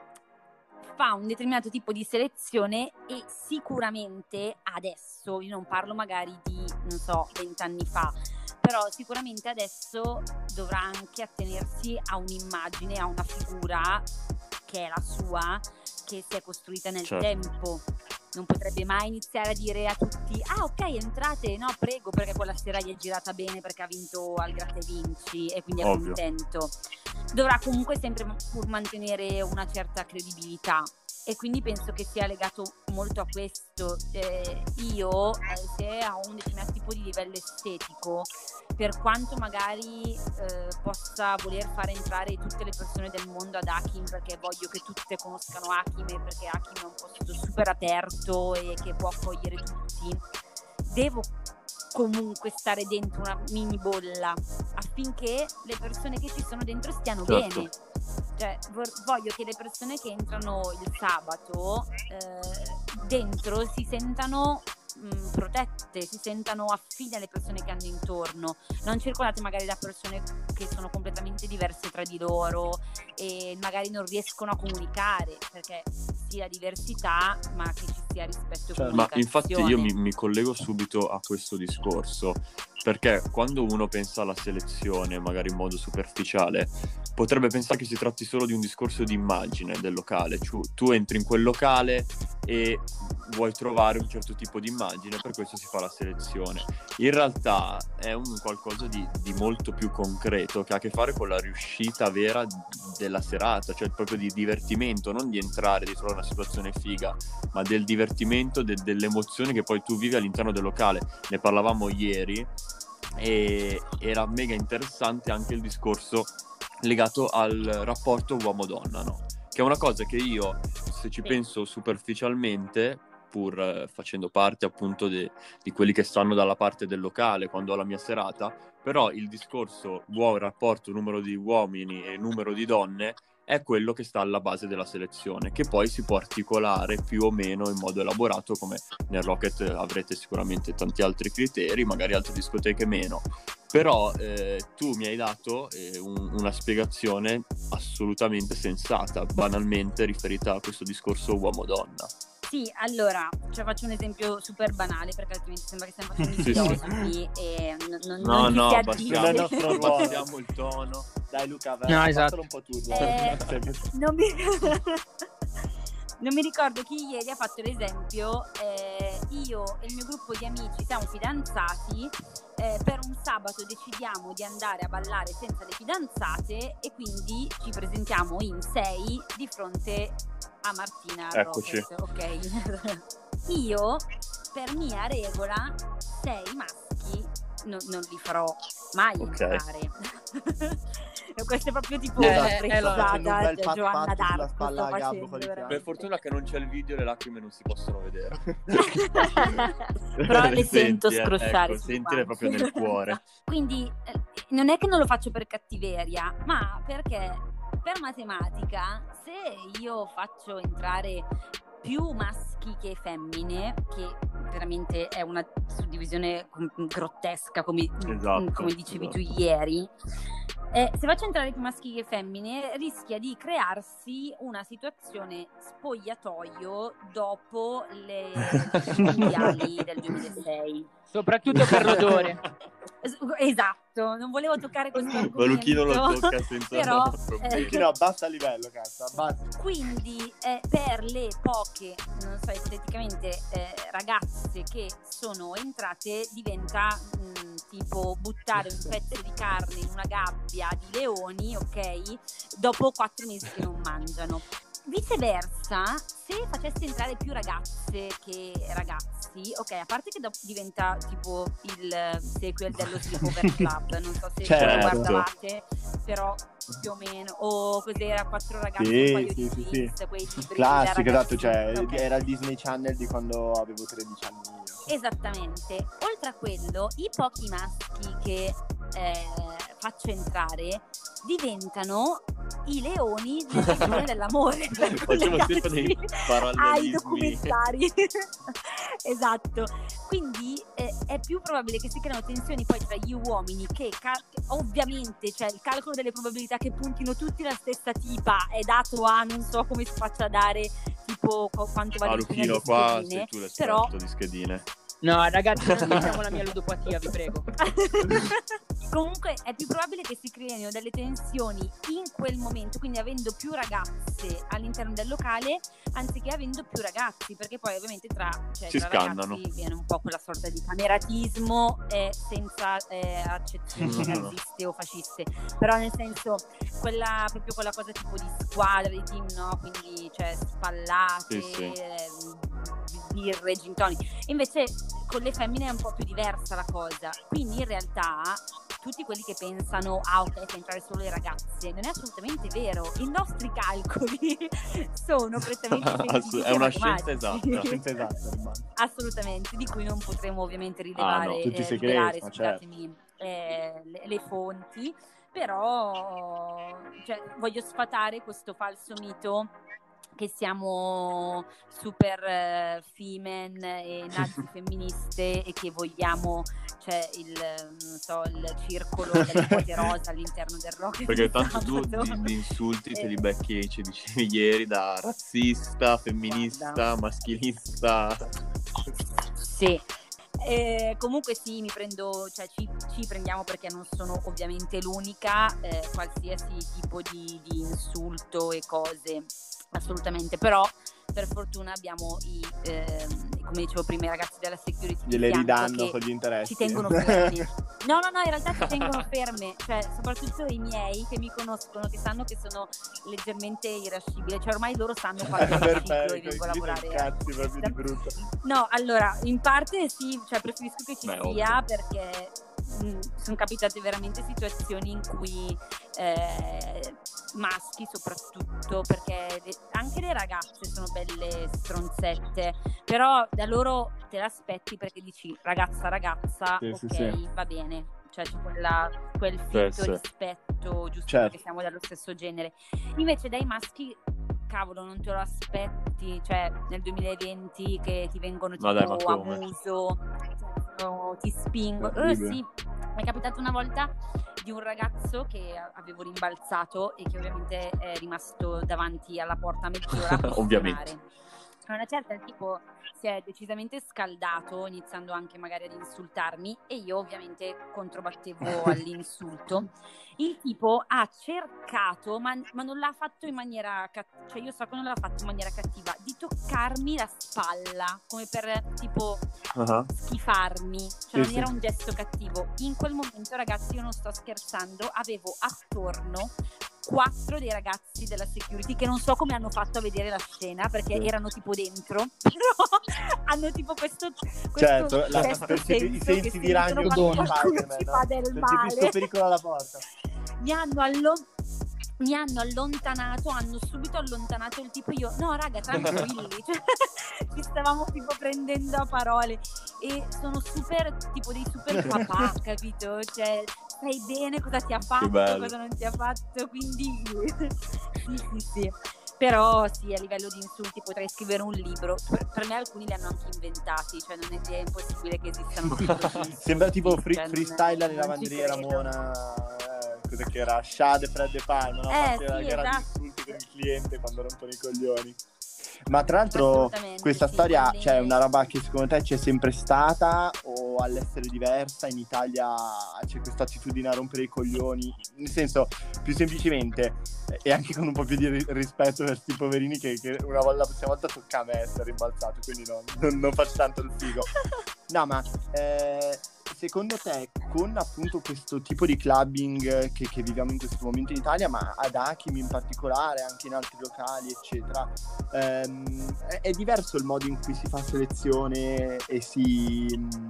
fa un determinato tipo di selezione e sicuramente adesso, io non parlo magari di, non so, vent'anni fa, però sicuramente adesso dovrà anche attenersi a un'immagine, a una figura che è la sua, che si è costruita nel Certo. tempo. Non potrebbe mai iniziare a dire a tutti: ah, ok, entrate, no, prego, perché quella sera gli è girata bene perché ha vinto al Gratta e Vinci e quindi è Ovvio. contento. Dovrà comunque sempre pur mantenere una certa credibilità, e quindi penso che sia legato molto a questo. Eh, io, eh, se ho un determinato tipo di livello estetico, per quanto magari eh, possa voler far entrare tutte le persone del mondo ad Hakim, perché voglio che tutte conoscano Hakim e perché Hakim è un posto super aperto e che può accogliere tutti, devo comunque stare dentro una mini bolla affinché le persone che ci sono dentro stiano Certo. bene. Cioè, vor- voglio che le persone che entrano il sabato eh, dentro si sentano mh, protette, si sentano affine alle persone che hanno intorno, non circolate magari da persone che sono completamente diverse tra di loro e magari non riescono a comunicare, perché sia diversità ma che ci sia rispetto e Certo. Ma comunicazione. infatti io mi, mi collego subito a questo discorso, perché quando uno pensa alla selezione, magari in modo superficiale, potrebbe pensare che si tratti solo di un discorso di immagine del locale. Ciu- tu entri in quel locale e vuoi trovare un certo tipo di immagine, per questo si fa la selezione. In realtà è un qualcosa di, di molto più concreto, che ha a che fare con la riuscita vera della serata, cioè proprio di divertimento, non di entrare, di trovare una situazione figa, ma del divertimento, de- delle emozioni che poi tu vivi all'interno del locale. Ne parlavamo ieri e era mega interessante anche il discorso legato al rapporto uomo-donna, no? Che è una cosa che io, se ci Sì. penso superficialmente, pur eh, facendo parte appunto de- di quelli che stanno dalla parte del locale quando ho la mia serata, però il discorso buon rapporto, numero di uomini e numero di donne è quello che sta alla base della selezione, che poi si può articolare più o meno in modo elaborato, come nel Rocket avrete sicuramente tanti altri criteri, magari altre discoteche meno. Però eh, tu mi hai dato eh, un- una spiegazione assolutamente sensata, banalmente riferita a questo discorso uomo-donna. Sì, allora, cioè faccio un esempio super banale perché altrimenti sembra che stiamo facendo i Sì, sì. filosofi e non, non, No, non ci no, si abbassiamo, Non è il addice. nostro ruolo. abbassiamo il tono. Dai Luca, vai, No, passalo esatto. un po' tu. Eh, Sempre. non, mi... non mi ricordo chi ieri ha fatto l'esempio, eh, io e il mio gruppo di amici siamo fidanzati, eh, per un sabato decidiamo di andare a ballare senza le fidanzate e quindi ci presentiamo in sei di fronte a Martina Eccoci. Rocket, ok? Io, per mia regola, sei maschi non, non li farò mai Ok. entrare. Questo è proprio tipo Eh, una eh, frettata facendo un bel da pat Giovanna pat sulla d'Arco spalla sto a Gabbo facendo con i veramente. Per fortuna che non c'è il video, le lacrime non si possono vedere. Però le sento Senti, eh, scrosciare ecco, sulle sentile guance. proprio nel cuore. Quindi eh, non è che non lo faccio per cattiveria, ma perché per matematica, se io faccio entrare più maschi che femmine, che veramente è una suddivisione com- grottesca, come, Esatto, come dicevi tu esatto. ieri, eh, se faccio entrare più maschi che femmine rischia di crearsi una situazione spogliatoio dopo le mondiali del duemilasei. Soprattutto per l'odore. Es- Esatto. esatto, non volevo toccare questo argomento. Ma Luchino lo tocca senza però, problemi. eh, Luchino abbassa il livello, cazzo, abbassa. Quindi eh, per le poche, non so, ipoteticamente eh, ragazze che sono entrate diventa mh, tipo buttare un pezzo di carne in una gabbia di leoni, ok? Dopo quattro mesi che non mangiano. Viceversa, se facessi entrare più ragazze che ragazzi, ok, a parte che dopo diventa tipo il sequel dello Sleepover Club, non so se Certo. lo guardavate, però più o meno, o cos'era, quattro ragazzi, Sì, un paio sì, di sì, jeans, sì. quei libri Classico, da esatto, cioè ragazzini, ok. era il Disney Channel di quando avevo tredici anni io. Esattamente. Oltre a quello, i pochi maschi che eh, faccio entrare diventano i leoni nella regione dell'amore. per Facciamo sempre dei collegarsi ai parallelismi. documentari. Esatto. Quindi eh, è più probabile che si creino tensioni poi tra gli uomini che cal- ovviamente, cioè il calcolo delle probabilità che puntino tutti la stessa tipa è dato a non so come si faccia a dare tipo qu- quanto vale Ah, il Luchino, di qua schedine, sei tu l'esperto però di schedine. No, ragazzi, non smettiamo la mia ludopatia, vi prego. comunque è più probabile che si creino delle tensioni in quel momento, quindi avendo più ragazze all'interno del locale anziché avendo più ragazzi, perché poi ovviamente tra, cioè, Si tra scannano. ragazzi viene un po' quella sorta di cameratismo eh, senza eh, accezioni No, no. naziste o fasciste, però nel senso quella proprio quella cosa tipo di squadra, di team, no? Quindi cioè spallate, Sì, sì. eh, birre, gin tonic. Invece con le femmine è un po' più diversa la cosa, quindi in realtà tutti quelli che pensano ah ok, fa entrare solo le ragazze, non è assolutamente vero. I nostri calcoli sono prettamente scientifici È una e scienza matematici. esatta. Una scienza esatta, rimane. Assolutamente, di cui non potremo ovviamente rilevare, Ah, no. Tutti i eh, segreti, rivelare, ma scusatemi, eh, le, le fonti, però cioè, voglio sfatare questo falso mito che siamo super eh, femen e nazi femministe e che vogliamo cioè il, non so, il circolo delle quote rosa all'interno del rock. Perché di tanto tu sabato. di, di insulti te Eh. li becchi, ci dicevi ieri, da razzista, femminista, Guarda. maschilista. Sì. Eh, comunque sì, mi prendo, cioè ci, ci prendiamo perché non sono ovviamente l'unica, eh, qualsiasi tipo di, di insulto e cose, assolutamente, però per fortuna abbiamo i, ehm, come dicevo prima, i ragazzi della security di Gliele fianco ridanno che con gli interessi. ci tengono fermi. No, no, no, in realtà ci tengono ferme, cioè soprattutto i miei che mi conoscono, che sanno che sono leggermente irascibile, cioè ormai loro sanno quando faccio il ciclo e vengo a lavorare. Cazzi proprio di brutto. No, allora, in parte sì, cioè preferisco che ci Beh, sia ovvio. perché mh, sono capitate veramente situazioni in cui eh, maschi soprattutto, perché le- anche le ragazze sono belle stronzette, però da loro te l'aspetti perché dici ragazza ragazza, Sì, ok, sì, sì. va bene, cioè c'è quella, quel Sì, fitto sì. rispetto, giusto Certo. perché siamo dello stesso genere. Invece dai maschi, cavolo, non te lo aspetti, cioè nel duemilaventi che ti vengono tipo Ma dai, ma a come? muso, o ti spingo. Eh Terribile. sì, mi è capitato una volta di un ragazzo che avevo rimbalzato e che ovviamente è rimasto davanti alla porta mezz'ora a Ovviamente. suonare. A una certa il tipo si è decisamente scaldato, iniziando anche magari ad insultarmi, e io ovviamente controbattevo all'insulto. Il tipo ha cercato, ma, ma non l'ha fatto in maniera cattiva, cioè io so che non l'ha fatto in maniera cattiva, di toccarmi la spalla, come per tipo Ah. schifarmi, cioè Sì, non sì. era un gesto cattivo. In quel momento, ragazzi, io non sto scherzando, avevo attorno quattro dei ragazzi della security che non so come hanno fatto a vedere la scena perché Sì. erano tipo dentro, però hanno tipo questo, questo Certo, la- sesto percepi- i senso sensi che si di ragno dicono di quando qualcuno Spider-Man, ci no? fa del Percepisco male. pericolo alla porta. Mi hanno allo- mi hanno allontanato, hanno subito allontanato il tipo, io no raga tranquilli, cioè, ci stavamo tipo prendendo a parole e sono super tipo dei super papà, capito? Cioè sai bene cosa ti ha fatto, bello. cosa non ti ha fatto, quindi sì sì sì. Però sì, a livello di insulti potrei scrivere un libro. Per, per me alcuni li hanno anche inventati, cioè non è, è impossibile che esistano tutti così. Sembra tipo free- Cioè, non- freestyle alle non ci lavanderie credo. Ramona. Eh, cos'è che era? Shade, Fred e Palma, no? Eh, Faceva sì, che era esatto. gli insulti con il cliente quando rompono i coglioni. Ma tra l'altro questa sì, storia, quelli... cioè, è una roba che secondo te c'è sempre stata o all'estero diversa? In Italia c'è questa attitudine a rompere i coglioni? Nel senso, più semplicemente, e anche con un po' più di ri- rispetto per questi poverini che, che una volta, la prossima volta tocca a me essere rimbalzato, quindi no, non, non faccio tanto il figo. No, ma eh, secondo te, con appunto questo tipo di clubbing che, che viviamo in questo momento in Italia, ma ad Hakim in particolare, anche in altri locali, eccetera, ehm, è, è diverso il modo in cui si fa selezione e si,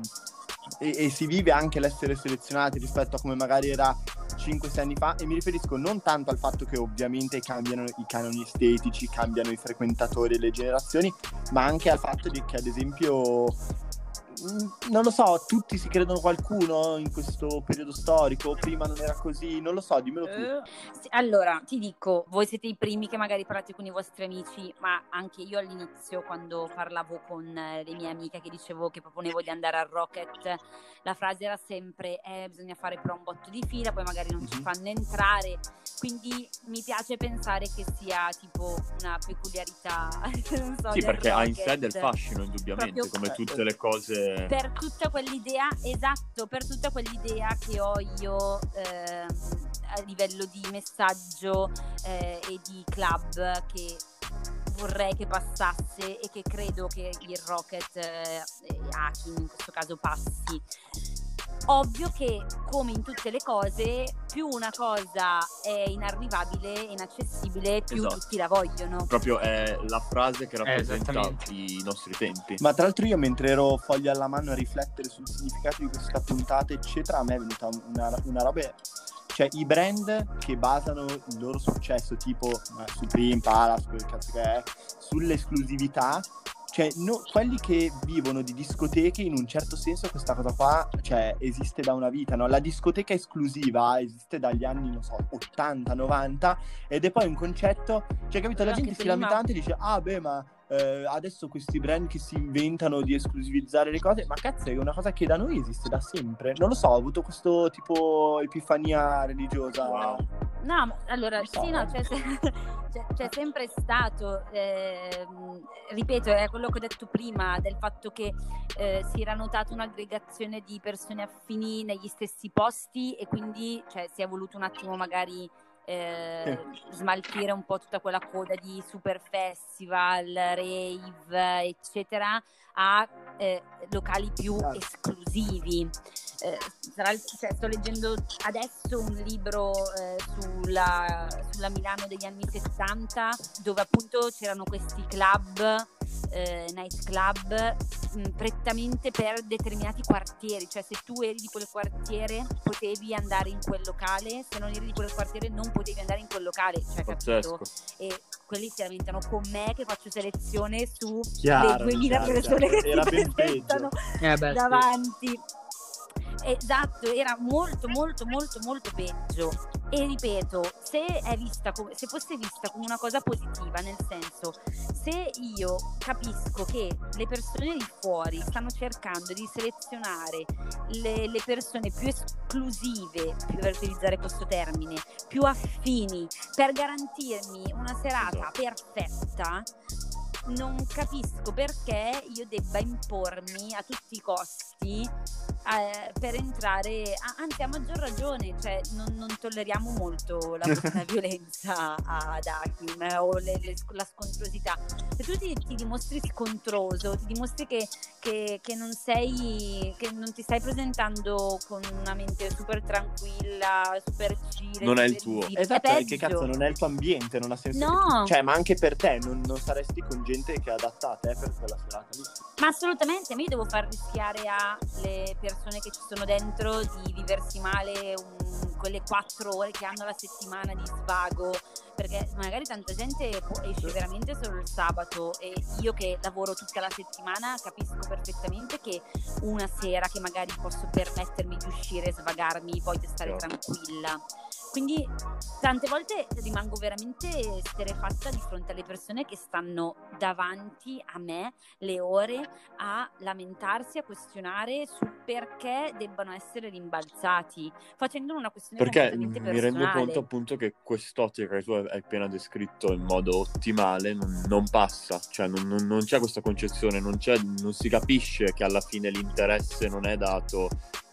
e, e si vive anche l'essere selezionati rispetto a come magari era cinque sei anni fa? E mi riferisco non tanto al fatto che ovviamente cambiano i canoni estetici, cambiano i frequentatori e le generazioni, ma anche al fatto di che, ad esempio, non lo so, tutti si credono qualcuno in questo periodo storico, prima non era così, non lo so, dimmelo tu. Uh, sì, allora, ti dico, voi siete i primi che magari parlate con i vostri amici, ma anche io all'inizio, quando parlavo con eh, le mie amiche che dicevo che proponevo di andare al Rocket, la frase era sempre eh, bisogna fare però un botto di fila, poi magari non mm-hmm. ci fanno entrare, quindi mi piace pensare che sia tipo una peculiarità, non so, sì, perché Rocket. Ha in sé del fascino, indubbiamente, proprio come tutte le cose. Per tutta quell'idea, esatto, per tutta quell'idea che ho io eh, a livello di messaggio eh, e di club che vorrei che passasse e che credo che il Rocket eh, Hakim in questo caso passi. Ovvio che, come in tutte le cose, più una cosa è inarrivabile e inaccessibile, più esatto. tutti la vogliono. Proprio è la frase che rappresenta eh, i nostri tempi. Ma tra l'altro io, mentre ero foglia alla mano a riflettere sul significato di questa puntata, eccetera, a me è venuta una, una roba... Cioè, i brand che basano il loro successo, tipo eh, Supreme, Palace, quel cazzo che è, sull'esclusività, cioè no, quelli che vivono di discoteche, in un certo senso questa cosa qua, cioè, esiste da una vita, no? La discoteca esclusiva esiste dagli anni, non so, ottanta novanta, ed è poi un concetto, cioè, capito, la Anche gente si prima. lamenta e dice ah beh, ma eh, adesso questi brand che si inventano di esclusivizzare le cose, ma cazzo, è una cosa che da noi esiste da sempre. Non lo so, ho avuto questo tipo epifania religiosa. Wow. No, ma allora, Non so. sì, no, c'è, se- c'è, c'è sempre stato, ehm, ripeto, è quello che ho detto prima, del fatto che eh, si era notata un'aggregazione di persone affini negli stessi posti e quindi, cioè, si è voluto un attimo magari eh, smaltire un po' tutta quella coda di super festival, rave, eccetera, a eh, locali più Esatto. esclusivi. Eh, tra l'altro, cioè, sto leggendo adesso un libro eh, sulla, sulla Milano degli anni settanta, dove appunto c'erano questi club, eh, night club, mh, prettamente per determinati quartieri, cioè se tu eri di quel quartiere potevi andare in quel locale, se non eri di quel quartiere non potevi andare in quel locale, cioè, Pazzesco. capito? E quelli si lamentano con me che faccio selezione su Chiaro, le duemila chiaro, persone chiaro. che Era si ben presentano Eh beh, sì. davanti. Esatto, era molto molto molto molto peggio. E ripeto, se è vista come, se fosse vista come una cosa positiva, nel senso, se io capisco che le persone di fuori stanno cercando di selezionare le, le persone più esclusive, per utilizzare questo termine, più affini, per garantirmi una serata perfetta, non capisco perché io debba impormi a tutti i costi eh, per entrare, ah, anzi a maggior ragione, cioè non, non tolleriamo molto la, la violenza ad Hakim eh, o le, le, la scontrosità. Se tu ti, ti dimostri scontroso, ti dimostri che, che, che non sei, che non ti stai presentando con una mente super tranquilla, super chill, Non è il super tuo. easy, Esatto, è è che cazzo, non è il tuo ambiente, non ha senso. No. Che tu- cioè, ma anche per te, non, non saresti con gente che è adatta a te per quella serata lì. Ma assolutamente, ma io devo far rischiare alle persone che ci sono dentro di viversi male un, quelle quattro ore che hanno la settimana di svago, perché magari tanta gente può- esce veramente solo il sabato, e io che lavoro tutta la settimana capisco perfettamente che una sera che magari posso permettermi di uscire e svagarmi, voglio stare Certo. tranquilla. Quindi tante volte rimango veramente esterrefatta di fronte alle persone che stanno davanti a me le ore a lamentarsi, a questionare su perché debbano essere rimbalzati, facendo una questione Perché completamente mi personale. rendo conto appunto che quest'ottica che tu hai appena descritto in modo ottimale non, non passa, cioè non, non, non c'è questa concezione, non, c'è, non si capisce che alla fine l'interesse non è dato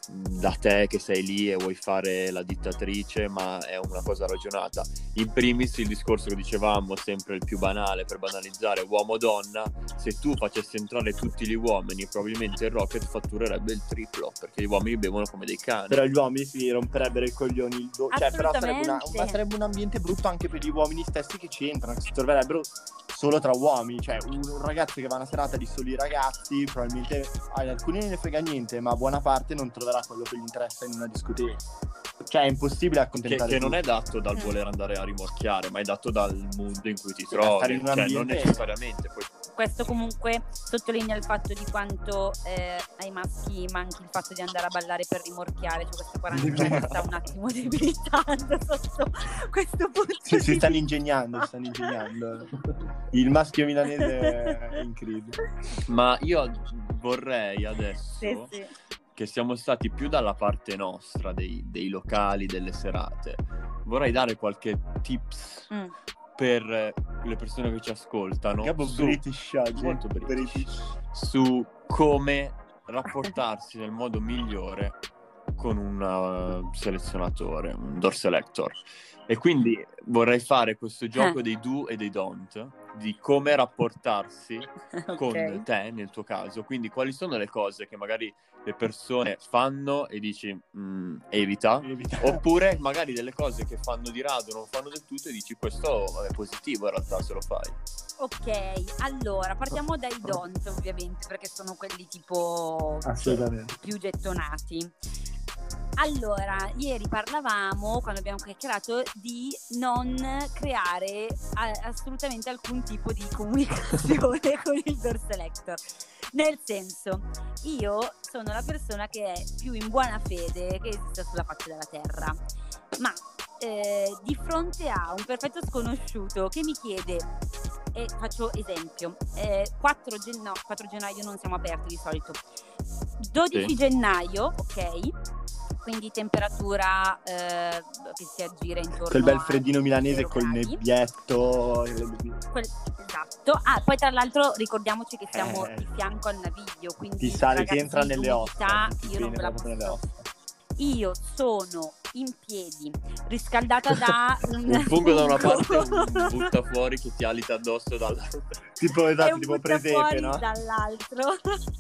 da te che sei lì e vuoi fare la dittatrice, ma è una cosa ragionata. In primis il discorso che dicevamo, sempre il più banale per banalizzare, uomo-donna, se tu facessi entrare tutti gli uomini probabilmente il Rocket fatturerebbe il triplo, perché gli uomini bevono come dei cani. Però gli uomini si romperebbero i coglioni il do- cioè però sarebbe, una, Assolutamente. ma sarebbe un ambiente brutto anche per gli uomini stessi che ci entrano, che si troverebbero solo tra uomini, cioè un, un ragazzo che va a una serata di soli ragazzi probabilmente ad alcuni non ne frega niente, ma buona parte non troverà quello che gli interessa in una discoteca. Cioè è impossibile Che, accontentare che non è tutti. dato dal Mm. voler andare a rimorchiare, ma è dato dal mood in cui ti Sì, stare trovi, in un cioè non ambiente- necessariamente. Poi Questo comunque sottolinea il fatto di quanto eh, ai maschi manchi il fatto di andare a ballare per rimorchiare, cioè questa quarantena sta un attimo debilitando sotto questo punto Sì, di si stanno vista. ingegnando, si stanno ingegnando. Il maschio milanese è incredibile. Ma io vorrei adesso Sì, sì. che siamo stati più dalla parte nostra dei, dei locali, delle serate. Vorrei dare qualche tips Mm. per eh, le persone che ci ascoltano Capo su, British oggi. molto British, su come rapportarsi nel modo migliore con un uh, selezionatore, un door selector. E quindi vorrei fare questo gioco Eh. dei do e dei don't, di come rapportarsi con Ok. te nel tuo caso. Quindi quali sono le cose che magari le persone fanno e dici "Mm, evita", Evita. oppure magari delle cose che fanno di rado, non fanno del tutto e dici questo è positivo in realtà se lo fai. Ok, allora partiamo dai don't ovviamente perché sono quelli tipo Assolutamente. più gettonati. Allora, ieri parlavamo, quando abbiamo chiacchierato, di non creare a- assolutamente alcun tipo di comunicazione con il door selector. Nel senso, io sono la persona che è più in buona fede che esista sulla faccia della terra, ma eh, di fronte a un perfetto sconosciuto che mi chiede, e faccio esempio, eh, quattro, gen- no, quattro gennaio non siamo aperti di solito, dodici Sì. gennaio, ok? Quindi temperatura eh, che si aggira intorno Quel bel a freddino milanese zero col gradi. nebbietto. Quel- esatto. Ah, poi tra l'altro ricordiamoci che siamo Eh. di fianco al naviglio, quindi Ti sale, ti ragazzi, entra nelle l'umidità ossa. Ti io non ve la penetra proprio nelle posso. ossa. Io sono in piedi, riscaldata da un, Un fungo da una parte e un fungo. butta fuori che ti alita addosso dall'altra. Tipo, E esatto, un tipo butta presepe, fuori no? dall'altro.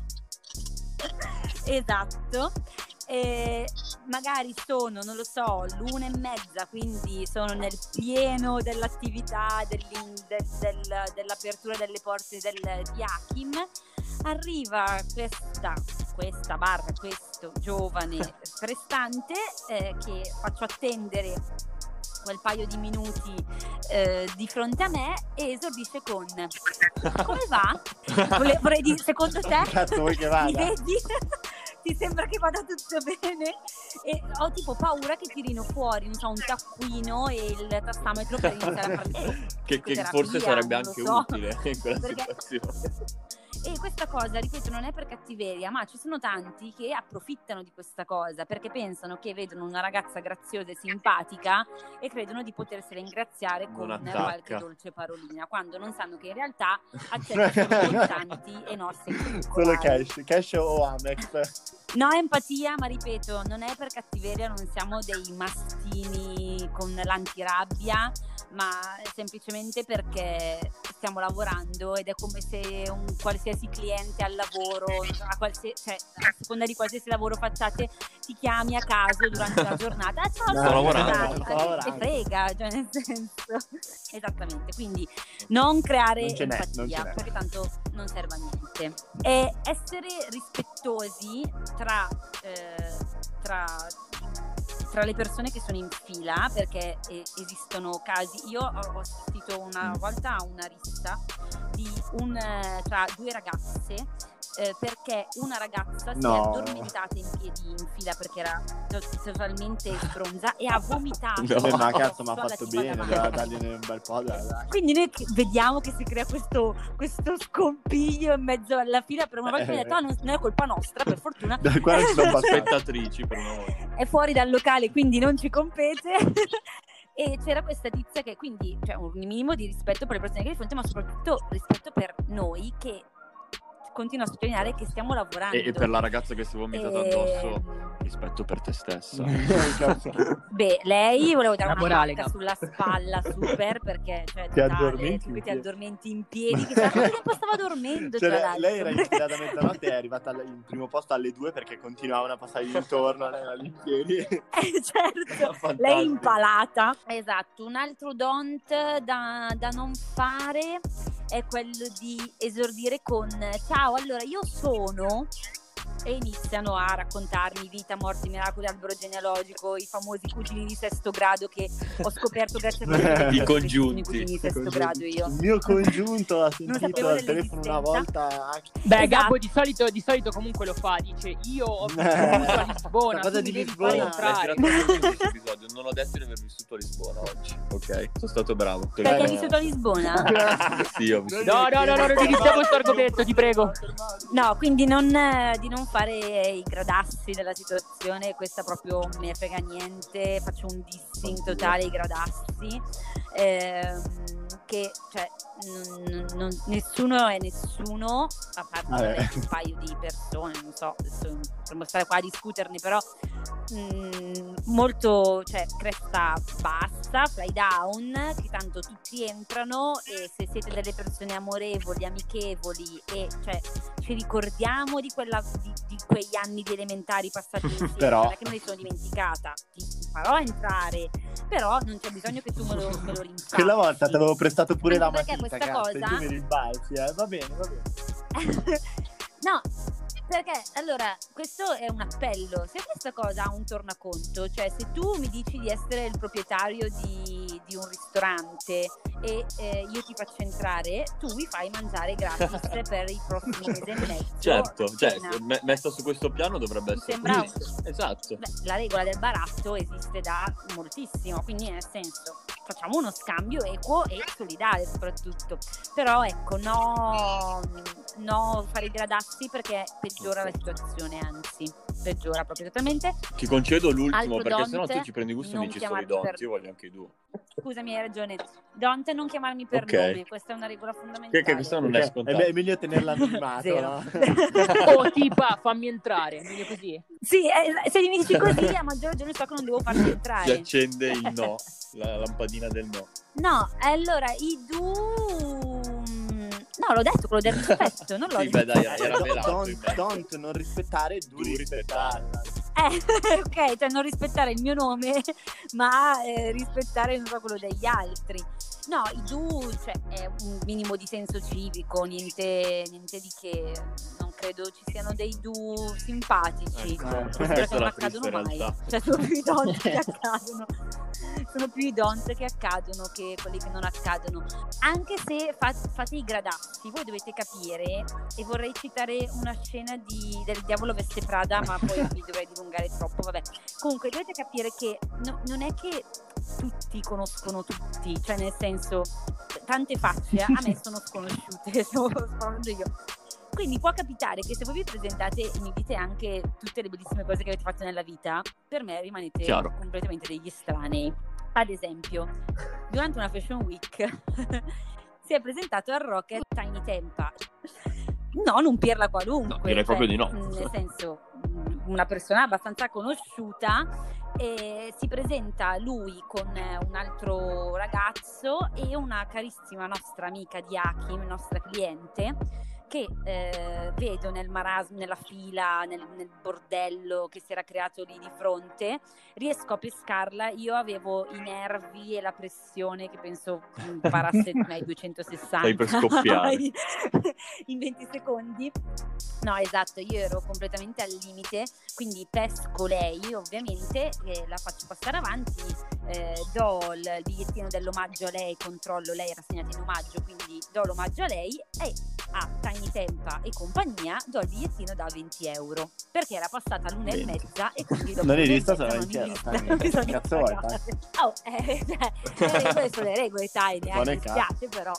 Esatto. E magari sono, non lo so, l'una e mezza, quindi sono nel pieno dell'attività dell'in- del- del- dell'apertura delle porte del, di Hakim. Arriva questa, questa barra, questo giovane prestante eh, che faccio attendere quel paio di minuti eh, di fronte a me e esordisce con come va? Vole- vorrei dire, secondo te? Cazzo, vuoi che Mi vada? vedi? Ti sembra che vada tutto bene? E ho tipo paura che tirino fuori, non so, un taccuino e il tassametro per iniziare a fare che, che psicoterapia, forse sarebbe non lo anche so. utile in quella Perché- situazione. E questa cosa, ripeto, non è per cattiveria, ma ci sono tanti che approfittano di questa cosa perché pensano che vedono una ragazza graziosa e simpatica e credono di potersela ingraziare Non con attacca. qualche dolce parolina, quando non sanno che in realtà accetta solo contanti e no Solo secolari. cash, cash o Amex. No empatia, ma ripeto, non è per cattiveria, non siamo dei mastini con l'antirabbia, ma semplicemente perché stiamo lavorando ed è come se un qualsiasi cliente al lavoro, a, qualsiasi, cioè, a seconda di qualsiasi lavoro facciate, ti chiami a caso durante la giornata. Ah, ciao, No, sono lavorando, Natale, sto ma chi lavorando. te frega, cioè nel senso. Esattamente, quindi non creare Non ce n'è, non empatia, ce n'è. perché tanto non serve a niente. E essere rispettosi tra, eh, tra tra le persone che sono in fila, perché eh, esistono casi. Io ho, ho assistito una volta a una rissa di un eh, tra due ragazze eh, perché una ragazza si No. è addormentata in piedi in fila perché era to- totalmente sbronza e ha vomitato. No. Vabbè, ma cazzo, mi ha sulla fatto tipa bene, davanti. doveva dargliene un bel po', dai, dai. Quindi noi che- vediamo che si crea questo, questo scompiglio in mezzo alla fila. Per una volta mi ha detto: "Ah, non, non è colpa nostra, per fortuna Da qua non ci sono passato. Spettatrici per una volta. è fuori dal locale, quindi non ci compete." E c'era questa tizia che quindi, cioè, un minimo di rispetto per le persone che di fronte, ma soprattutto rispetto per noi che continuo a sottolineare che stiamo lavorando. E, e per la ragazza che si è vomitata E- addosso, rispetto per te stessa. Beh, lei volevo dare La una morale, pacca Gab. sulla spalla super, perché cioè Ti totale, addormenti tu in che ti piedi. addormenti in piedi, che sa quanto tempo stava dormendo, Cioè, tra lei, l'altro. lei era infilata a mezzanotte e è arrivata al- in primo posto alle due perché continuavano a passargli intorno, lei era lì in piedi. Eh, certo, Fantastico. lei impalata. Esatto, un altro don't da, da non fare è quello di esordire con ciao, allora io sono, e iniziano a raccontarmi vita, morte, miracoli, albero genealogico, i famosi cugini di sesto grado che ho scoperto grazie a voi. I congiunti. I cugini di sesto grado io. Il mio congiunto ha sapevo sentito al telefono una dell'esistenza. volta. Beh, Esatto. Gabbo di solito, di solito comunque lo fa, dice io ho vissuto a Lisbona, La cosa tu di mi devi Lisbona. fare L'hai entrare. tirato fuori in questo episodio. Non ho detto di aver vissuto a Lisbona oggi. Ok, sono stato bravo. Te lo Perché hai dico. vissuto a Lisbona? Sì, ho vissuto. No, no, no, no, non iniziamo questo argomento, ti prego. No, quindi non, eh, di non fare i gradassi della situazione, questa proprio non me ne frega niente, faccio un dissing totale ai gradassi, ehm, che cioè non- non- nessuno è nessuno, a parte Vabbè. magari un paio di persone, non so, adesso potremmo stare qua a discuterne, però mh, molto, cioè cresta bassa, fly down, che tanto tutti entrano e se siete delle persone amorevoli, amichevoli e cioè ci ricordiamo di quella di, di quegli anni di elementari passati insieme, Però- non è che me li sono dimenticata, ti farò entrare, però non c'è bisogno che tu me lo, me lo rinfacci. Quella volta ti avevo prestato pure Anche la perché matita, questa cazzo, e cosa- tu mi rimbalzi, eh. Va bene, va bene. No, perché allora questo è un appello. Se questa cosa ha un tornaconto, cioè se tu mi dici di essere il proprietario di, di un ristorante e eh, io ti faccio entrare, tu mi fai mangiare gratis per il prossimo mese e mezzo. Certo, cioè, Cena. me- messa su questo piano dovrebbe Mi essere sembra così. Esatto. Beh, la regola del baratto esiste da moltissimo, quindi nel senso facciamo uno scambio equo e solidale soprattutto, però ecco no, no fare i gradassi perché peggiora la situazione, anzi peggiora proprio totalmente. Ti concedo l'ultimo Altro perché don't, sennò tu ci prendi gusto e non mi dici solo i chiamarmi don't, per- io voglio anche i due. Scusami, hai ragione, don't non chiamarmi per Ok. nome, questa è una regola fondamentale. Che, che questa non è Perché scontato. me- è meglio tenerla anonimato, Zero. no? Oh, tipa, fammi entrare, meglio così. Sì, eh, se mi dici così a maggior ragione so che non devo farti Si entrare. accende il no, la lampadina del no. No, allora i du... No, l'ho detto, quello del rispetto, non l'ho Sì, beh, dai, detto. era Don't- velato in don't, me. don't non rispettare, do Do rispettarla. Eh, ok, cioè non rispettare il mio nome, ma eh, rispettare non so, quello degli altri. No, i du, cioè, è un minimo di senso civico, niente, niente di che. Non credo ci siano dei du simpatici. Ecco, Eh, Forse questa perché è non la triste accadono mai. realtà. Cioè sono più i don't che accadono. Sono più i don't che accadono che quelli che non accadono. Anche se fa- fate i gradassi, voi dovete capire, e vorrei citare una scena di, del Diavolo Veste Prada, ma poi mi dovrei dilungare troppo, vabbè. Comunque dovete capire che no- non è che tutti conoscono tutti, cioè nel senso, tante facce a me sono sconosciute, sto parlando io. Quindi può capitare che se voi vi presentate e mi dite anche tutte le bellissime cose che avete fatto nella vita, per me rimanete Chiaro. completamente degli estranei. Ad esempio, durante una Fashion Week si è presentato al Rocket Tiny Tempa. Non un pirla qualunque. No, direi proprio di no. Nel senso, mh, una persona abbastanza conosciuta, e si presenta lui con eh, un altro ragazzo e una carissima nostra amica di Hakim, nostra cliente, che eh, vedo nel marasma, nella fila, nel, nel bordello che si era creato lì di fronte, riesco a pescarla. Io avevo i nervi e la pressione che penso mh, parasse ai duecentosessanta Stai per scoppiare. in venti secondi. No, esatto, io ero completamente al limite, quindi pesco lei ovviamente, eh, la faccio passare avanti, eh, do il, il bigliettino dell'omaggio a lei, controllo, lei era segnata in omaggio, quindi do l'omaggio a lei e a Tiny Tempa e compagnia do il bigliettino da venti euro, perché era passata l'una e mezza e quindi dopo Non hai l'una e visto, mezza sono non venti euro, ho visto, Tiny. non bisogna Cazzo vuoi, pagare. Oh, eh, cioè, le regole sono le regole, Tiny, Non eh, è mi cazzo. spiace però.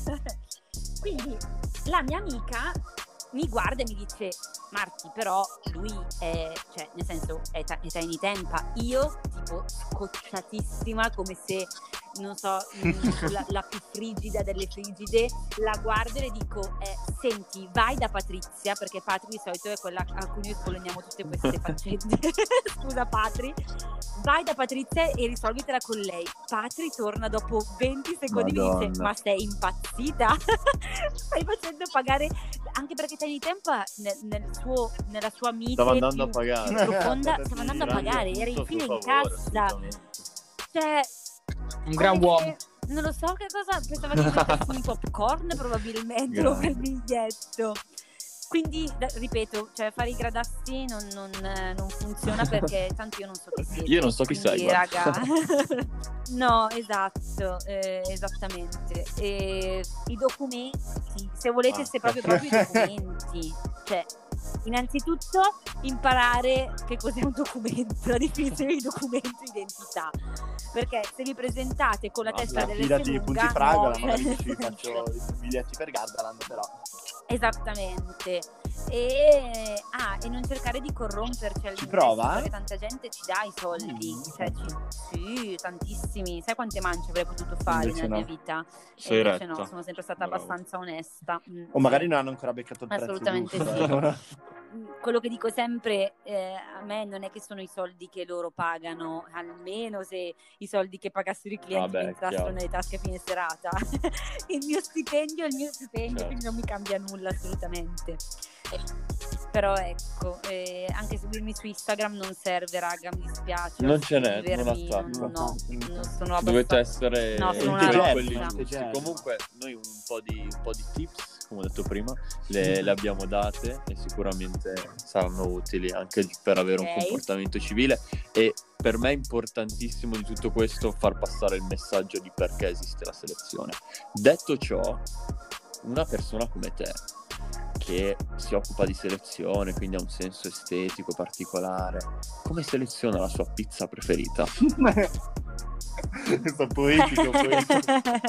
Quindi la mia amica mi guarda e mi dice: Marti, però lui è, cioè, nel senso, è, ta- è Tiny Tempa. Io, tipo, scocciatissima, come se, non so, mh, la, la più frigida delle frigide, la guardo e le dico: eh, senti, vai da Patrizia, perché Patri di solito è quella a cui noi scoloniamo tutte queste faccende. Scusa, Patri. Vai da Patrizia e risolvitela con lei. Patri torna dopo venti secondi e mi dice: Madonna. ma sei impazzita? Stai facendo pagare, anche perché Tiny Tempa nel, nel suo, nella sua mite Stava andando più, a pagare. più profonda stava andando a Grande pagare, era punto infine a in suo favore, cassa, assolutamente. cioè Un gran come uomo. se- non lo so che cosa pensava che facessi un popcorn probabilmente dopo Grande. il biglietto. Quindi, da- ripeto, cioè fare i gradassi non, non, eh, non funziona perché tanto io non so chi siete. Io non so chi sei, Quindi, guarda. raga, no, esatto, eh, esattamente. E i documenti, se volete, Ah. se proprio proprio i documenti, cioè, innanzitutto imparare che cos'è un documento, la definizione di documento identità. Perché se vi presentate con la No, testa La delle fila di punti fragola, no, magari cioè, ci faccio i biglietti per Gardaland, però. esattamente. E, ah, e non cercare di corromperci all'ingresso, prova? perché tanta gente ci dà i soldi, Mm. cioè ci- sì, tantissimi. Sai quante mance avrei potuto fare Invece nella no. mia vita? Sei E invece retta. no, sono sempre stata Bravo. abbastanza onesta. Mm, O magari sì. non hanno ancora beccato il prezzo Assolutamente giusto. sì. eh. Quello che dico sempre, eh, a me non è che sono i soldi che loro pagano, almeno se i soldi che pagassero i clienti Vabbè, mi entrassero chiaro. nelle tasche a fine serata. Il mio stipendio è il mio stipendio, Certo. quindi non mi cambia nulla assolutamente. Però ecco, eh, anche seguirmi su Instagram non serve, raga, mi dispiace. Non ce n'è, Scrivermi, non attacco. no, non sono Dovete abbastanza... essere No, sono una quelli- rostra. quelli giusti. Intelligente. Comunque noi un po' di, un po' di tips, come ho detto prima, le, le abbiamo date e sicuramente saranno utili anche per avere un Ok. comportamento civile. E per me è importantissimo di tutto questo far passare il messaggio di perché esiste la selezione. Detto ciò, una persona come te che si occupa di selezione, quindi ha un senso estetico particolare, come seleziona la sua pizza preferita? Questo poetico, poetico.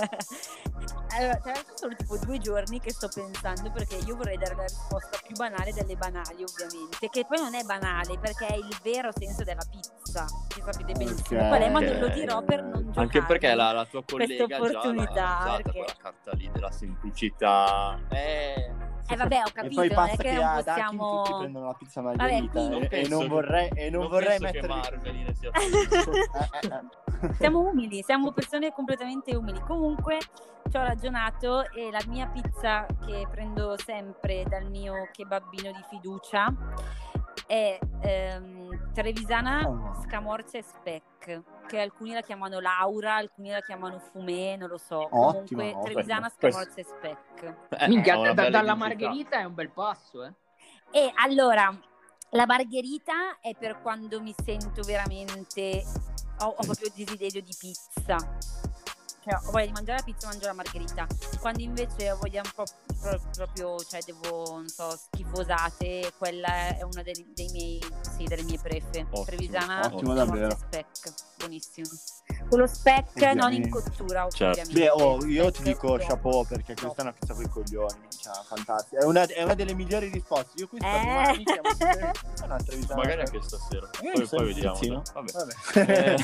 Allora, tra l'altro sono tipo due giorni che sto pensando, perché io vorrei dare la risposta più banale delle banali, ovviamente, che poi non è banale perché è il vero senso della pizza, che sapete benissimo Ok. qual è, ma non lo dirò per non giocare. Anche perché la, la tua collega questa già l'ha opportunità, usata perché- quella carta lì della semplicità. Eh, Eh vabbè, ho E capito, poi non è basta che che non ad Hacking possiamo... tutti prendono la pizza margherita qui- e- e, penso non che- vorrei, e non non vorrei penso che mettere... Marveline sia felice. Eh, eh, eh. Siamo umili, siamo persone completamente umili. Comunque ci ho ragionato e la mia pizza che prendo sempre dal mio kebabino di fiducia è ehm, trevisana, Oh. scamorza e speck, che alcuni la chiamano Laura, alcuni la chiamano Fumé, non lo so. Ottima, Comunque ottima. trevisana, Questo- scamorza e speck. Eh, Minchia, ha una da- bella dalla identità. margherita è un bel passo, eh. E allora, la margherita è per quando mi sento veramente... Ho, ho proprio desiderio di pizza. Cioè, ho voglia di mangiare la pizza, mangio la margherita. Quando invece ho voglia un po' pro- proprio, cioè devo, non so, schifosate, quella è una dei, dei miei, sì, delle mie prefe. Ottimo, Trevisana, ottimo, scamorza davvero. e speck, buonissimo. Con lo speck non in Ovviamente. cottura, Certo. ovviamente. Beh, oh, io ti Speck dico troppo. chapeau perché questa è una pizza con i coglioni, cioè, fantastica. È una, è una delle migliori risposte. Io qui sto Eh. domani chiamo sempre- questa è una trevisana. Magari anche stasera. Eh, Poi, sì, poi vediamo. pizzino. Vabbè. Vabbè. Eh,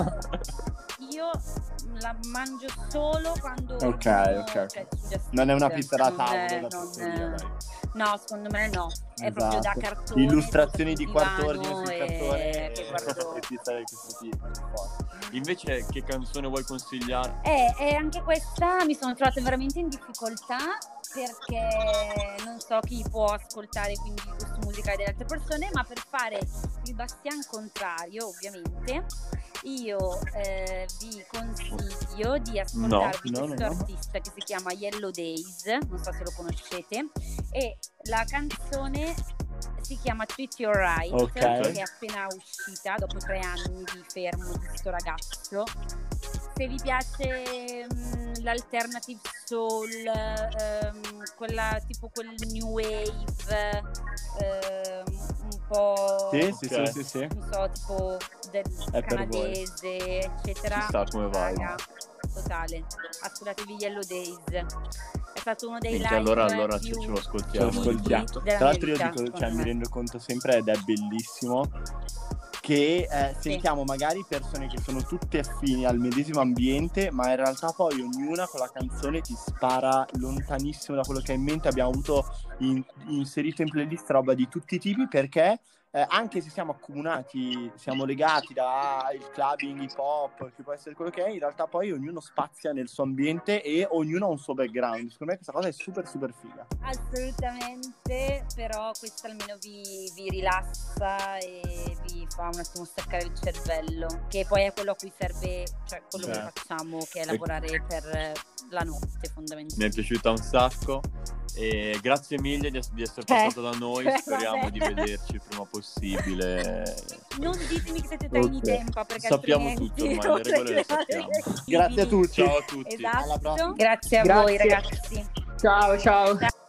Io la mangio solo quando Ok, ordino, ok, cioè, ok. su Just Non è una Eat, pizza da non tavolo, è- da non pizzeria, è- dai. No, secondo me no, è proprio da Esatto. cartone. Illustrazioni sul di quarto ordine divano sul e- cartone che e guardo. e pizza di questo tipo. forte. Invece, che canzone vuoi consigliare? Eh, e anche questa mi sono trovata veramente in difficoltà perché non so chi può ascoltare quindi il gusto musicale delle altre persone, ma per fare il Bastian contrario, ovviamente, io eh, vi consiglio di ascoltarvi No, no, questo no, no. artista che si chiama Yellow Days, non so se lo conoscete, e la canzone si chiama Treat You Right, Ok. che è appena uscita dopo tre anni di fermo di questo ragazzo. Se vi piace mh, l'alternative soul, ehm, quella tipo quel new wave, ehm, un po' Sì, sì, Ok. sì, sì, sì. non so, tipo del È per canadese, eccetera. Ci sta come vibe. Raga, totale. Ascoltatevi Yellow Days. È stato uno dei Minchia, live allora, allora più ce, ce lo Ce lo ascoltiamo. fighi ascoltiamo. della Tra l'altro io mia vita, dico, cioè, secondo mi me. rendo conto sempre, ed è bellissimo, che eh, sentiamo magari persone che sono tutte affini al medesimo ambiente, ma in realtà poi ognuna con la canzone ti spara lontanissimo da quello che hai in mente. Abbiamo avuto in- inserito in playlist roba di tutti i tipi, perché eh, anche se siamo accomunati, siamo legati da il clubbing, hip hop, che può essere quello che è, in realtà poi ognuno spazia nel suo ambiente e ognuno ha un suo background. Secondo me questa cosa è super super figa. Assolutamente, però questo almeno vi, vi rilassa e vi fa un attimo staccare il cervello, che poi è quello a cui serve, cioè quello che Certo. facciamo, che è lavorare per la notte Mi è fondamentalmente. piaciuta un sacco e grazie mille di, di essere Eh, passato da noi, cioè, speriamo vabbè. di vederci il prima possibile. Non ditemi che siete Tiny Ok. Tempa, perché Sappiamo altrimenti tutto ormai, le oltre regole le che fare sappiamo. i Grazie a tutti. Ciao a tutti. Esatto. Alla prossima. Grazie a Grazie. voi ragazzi. Ciao, ciao.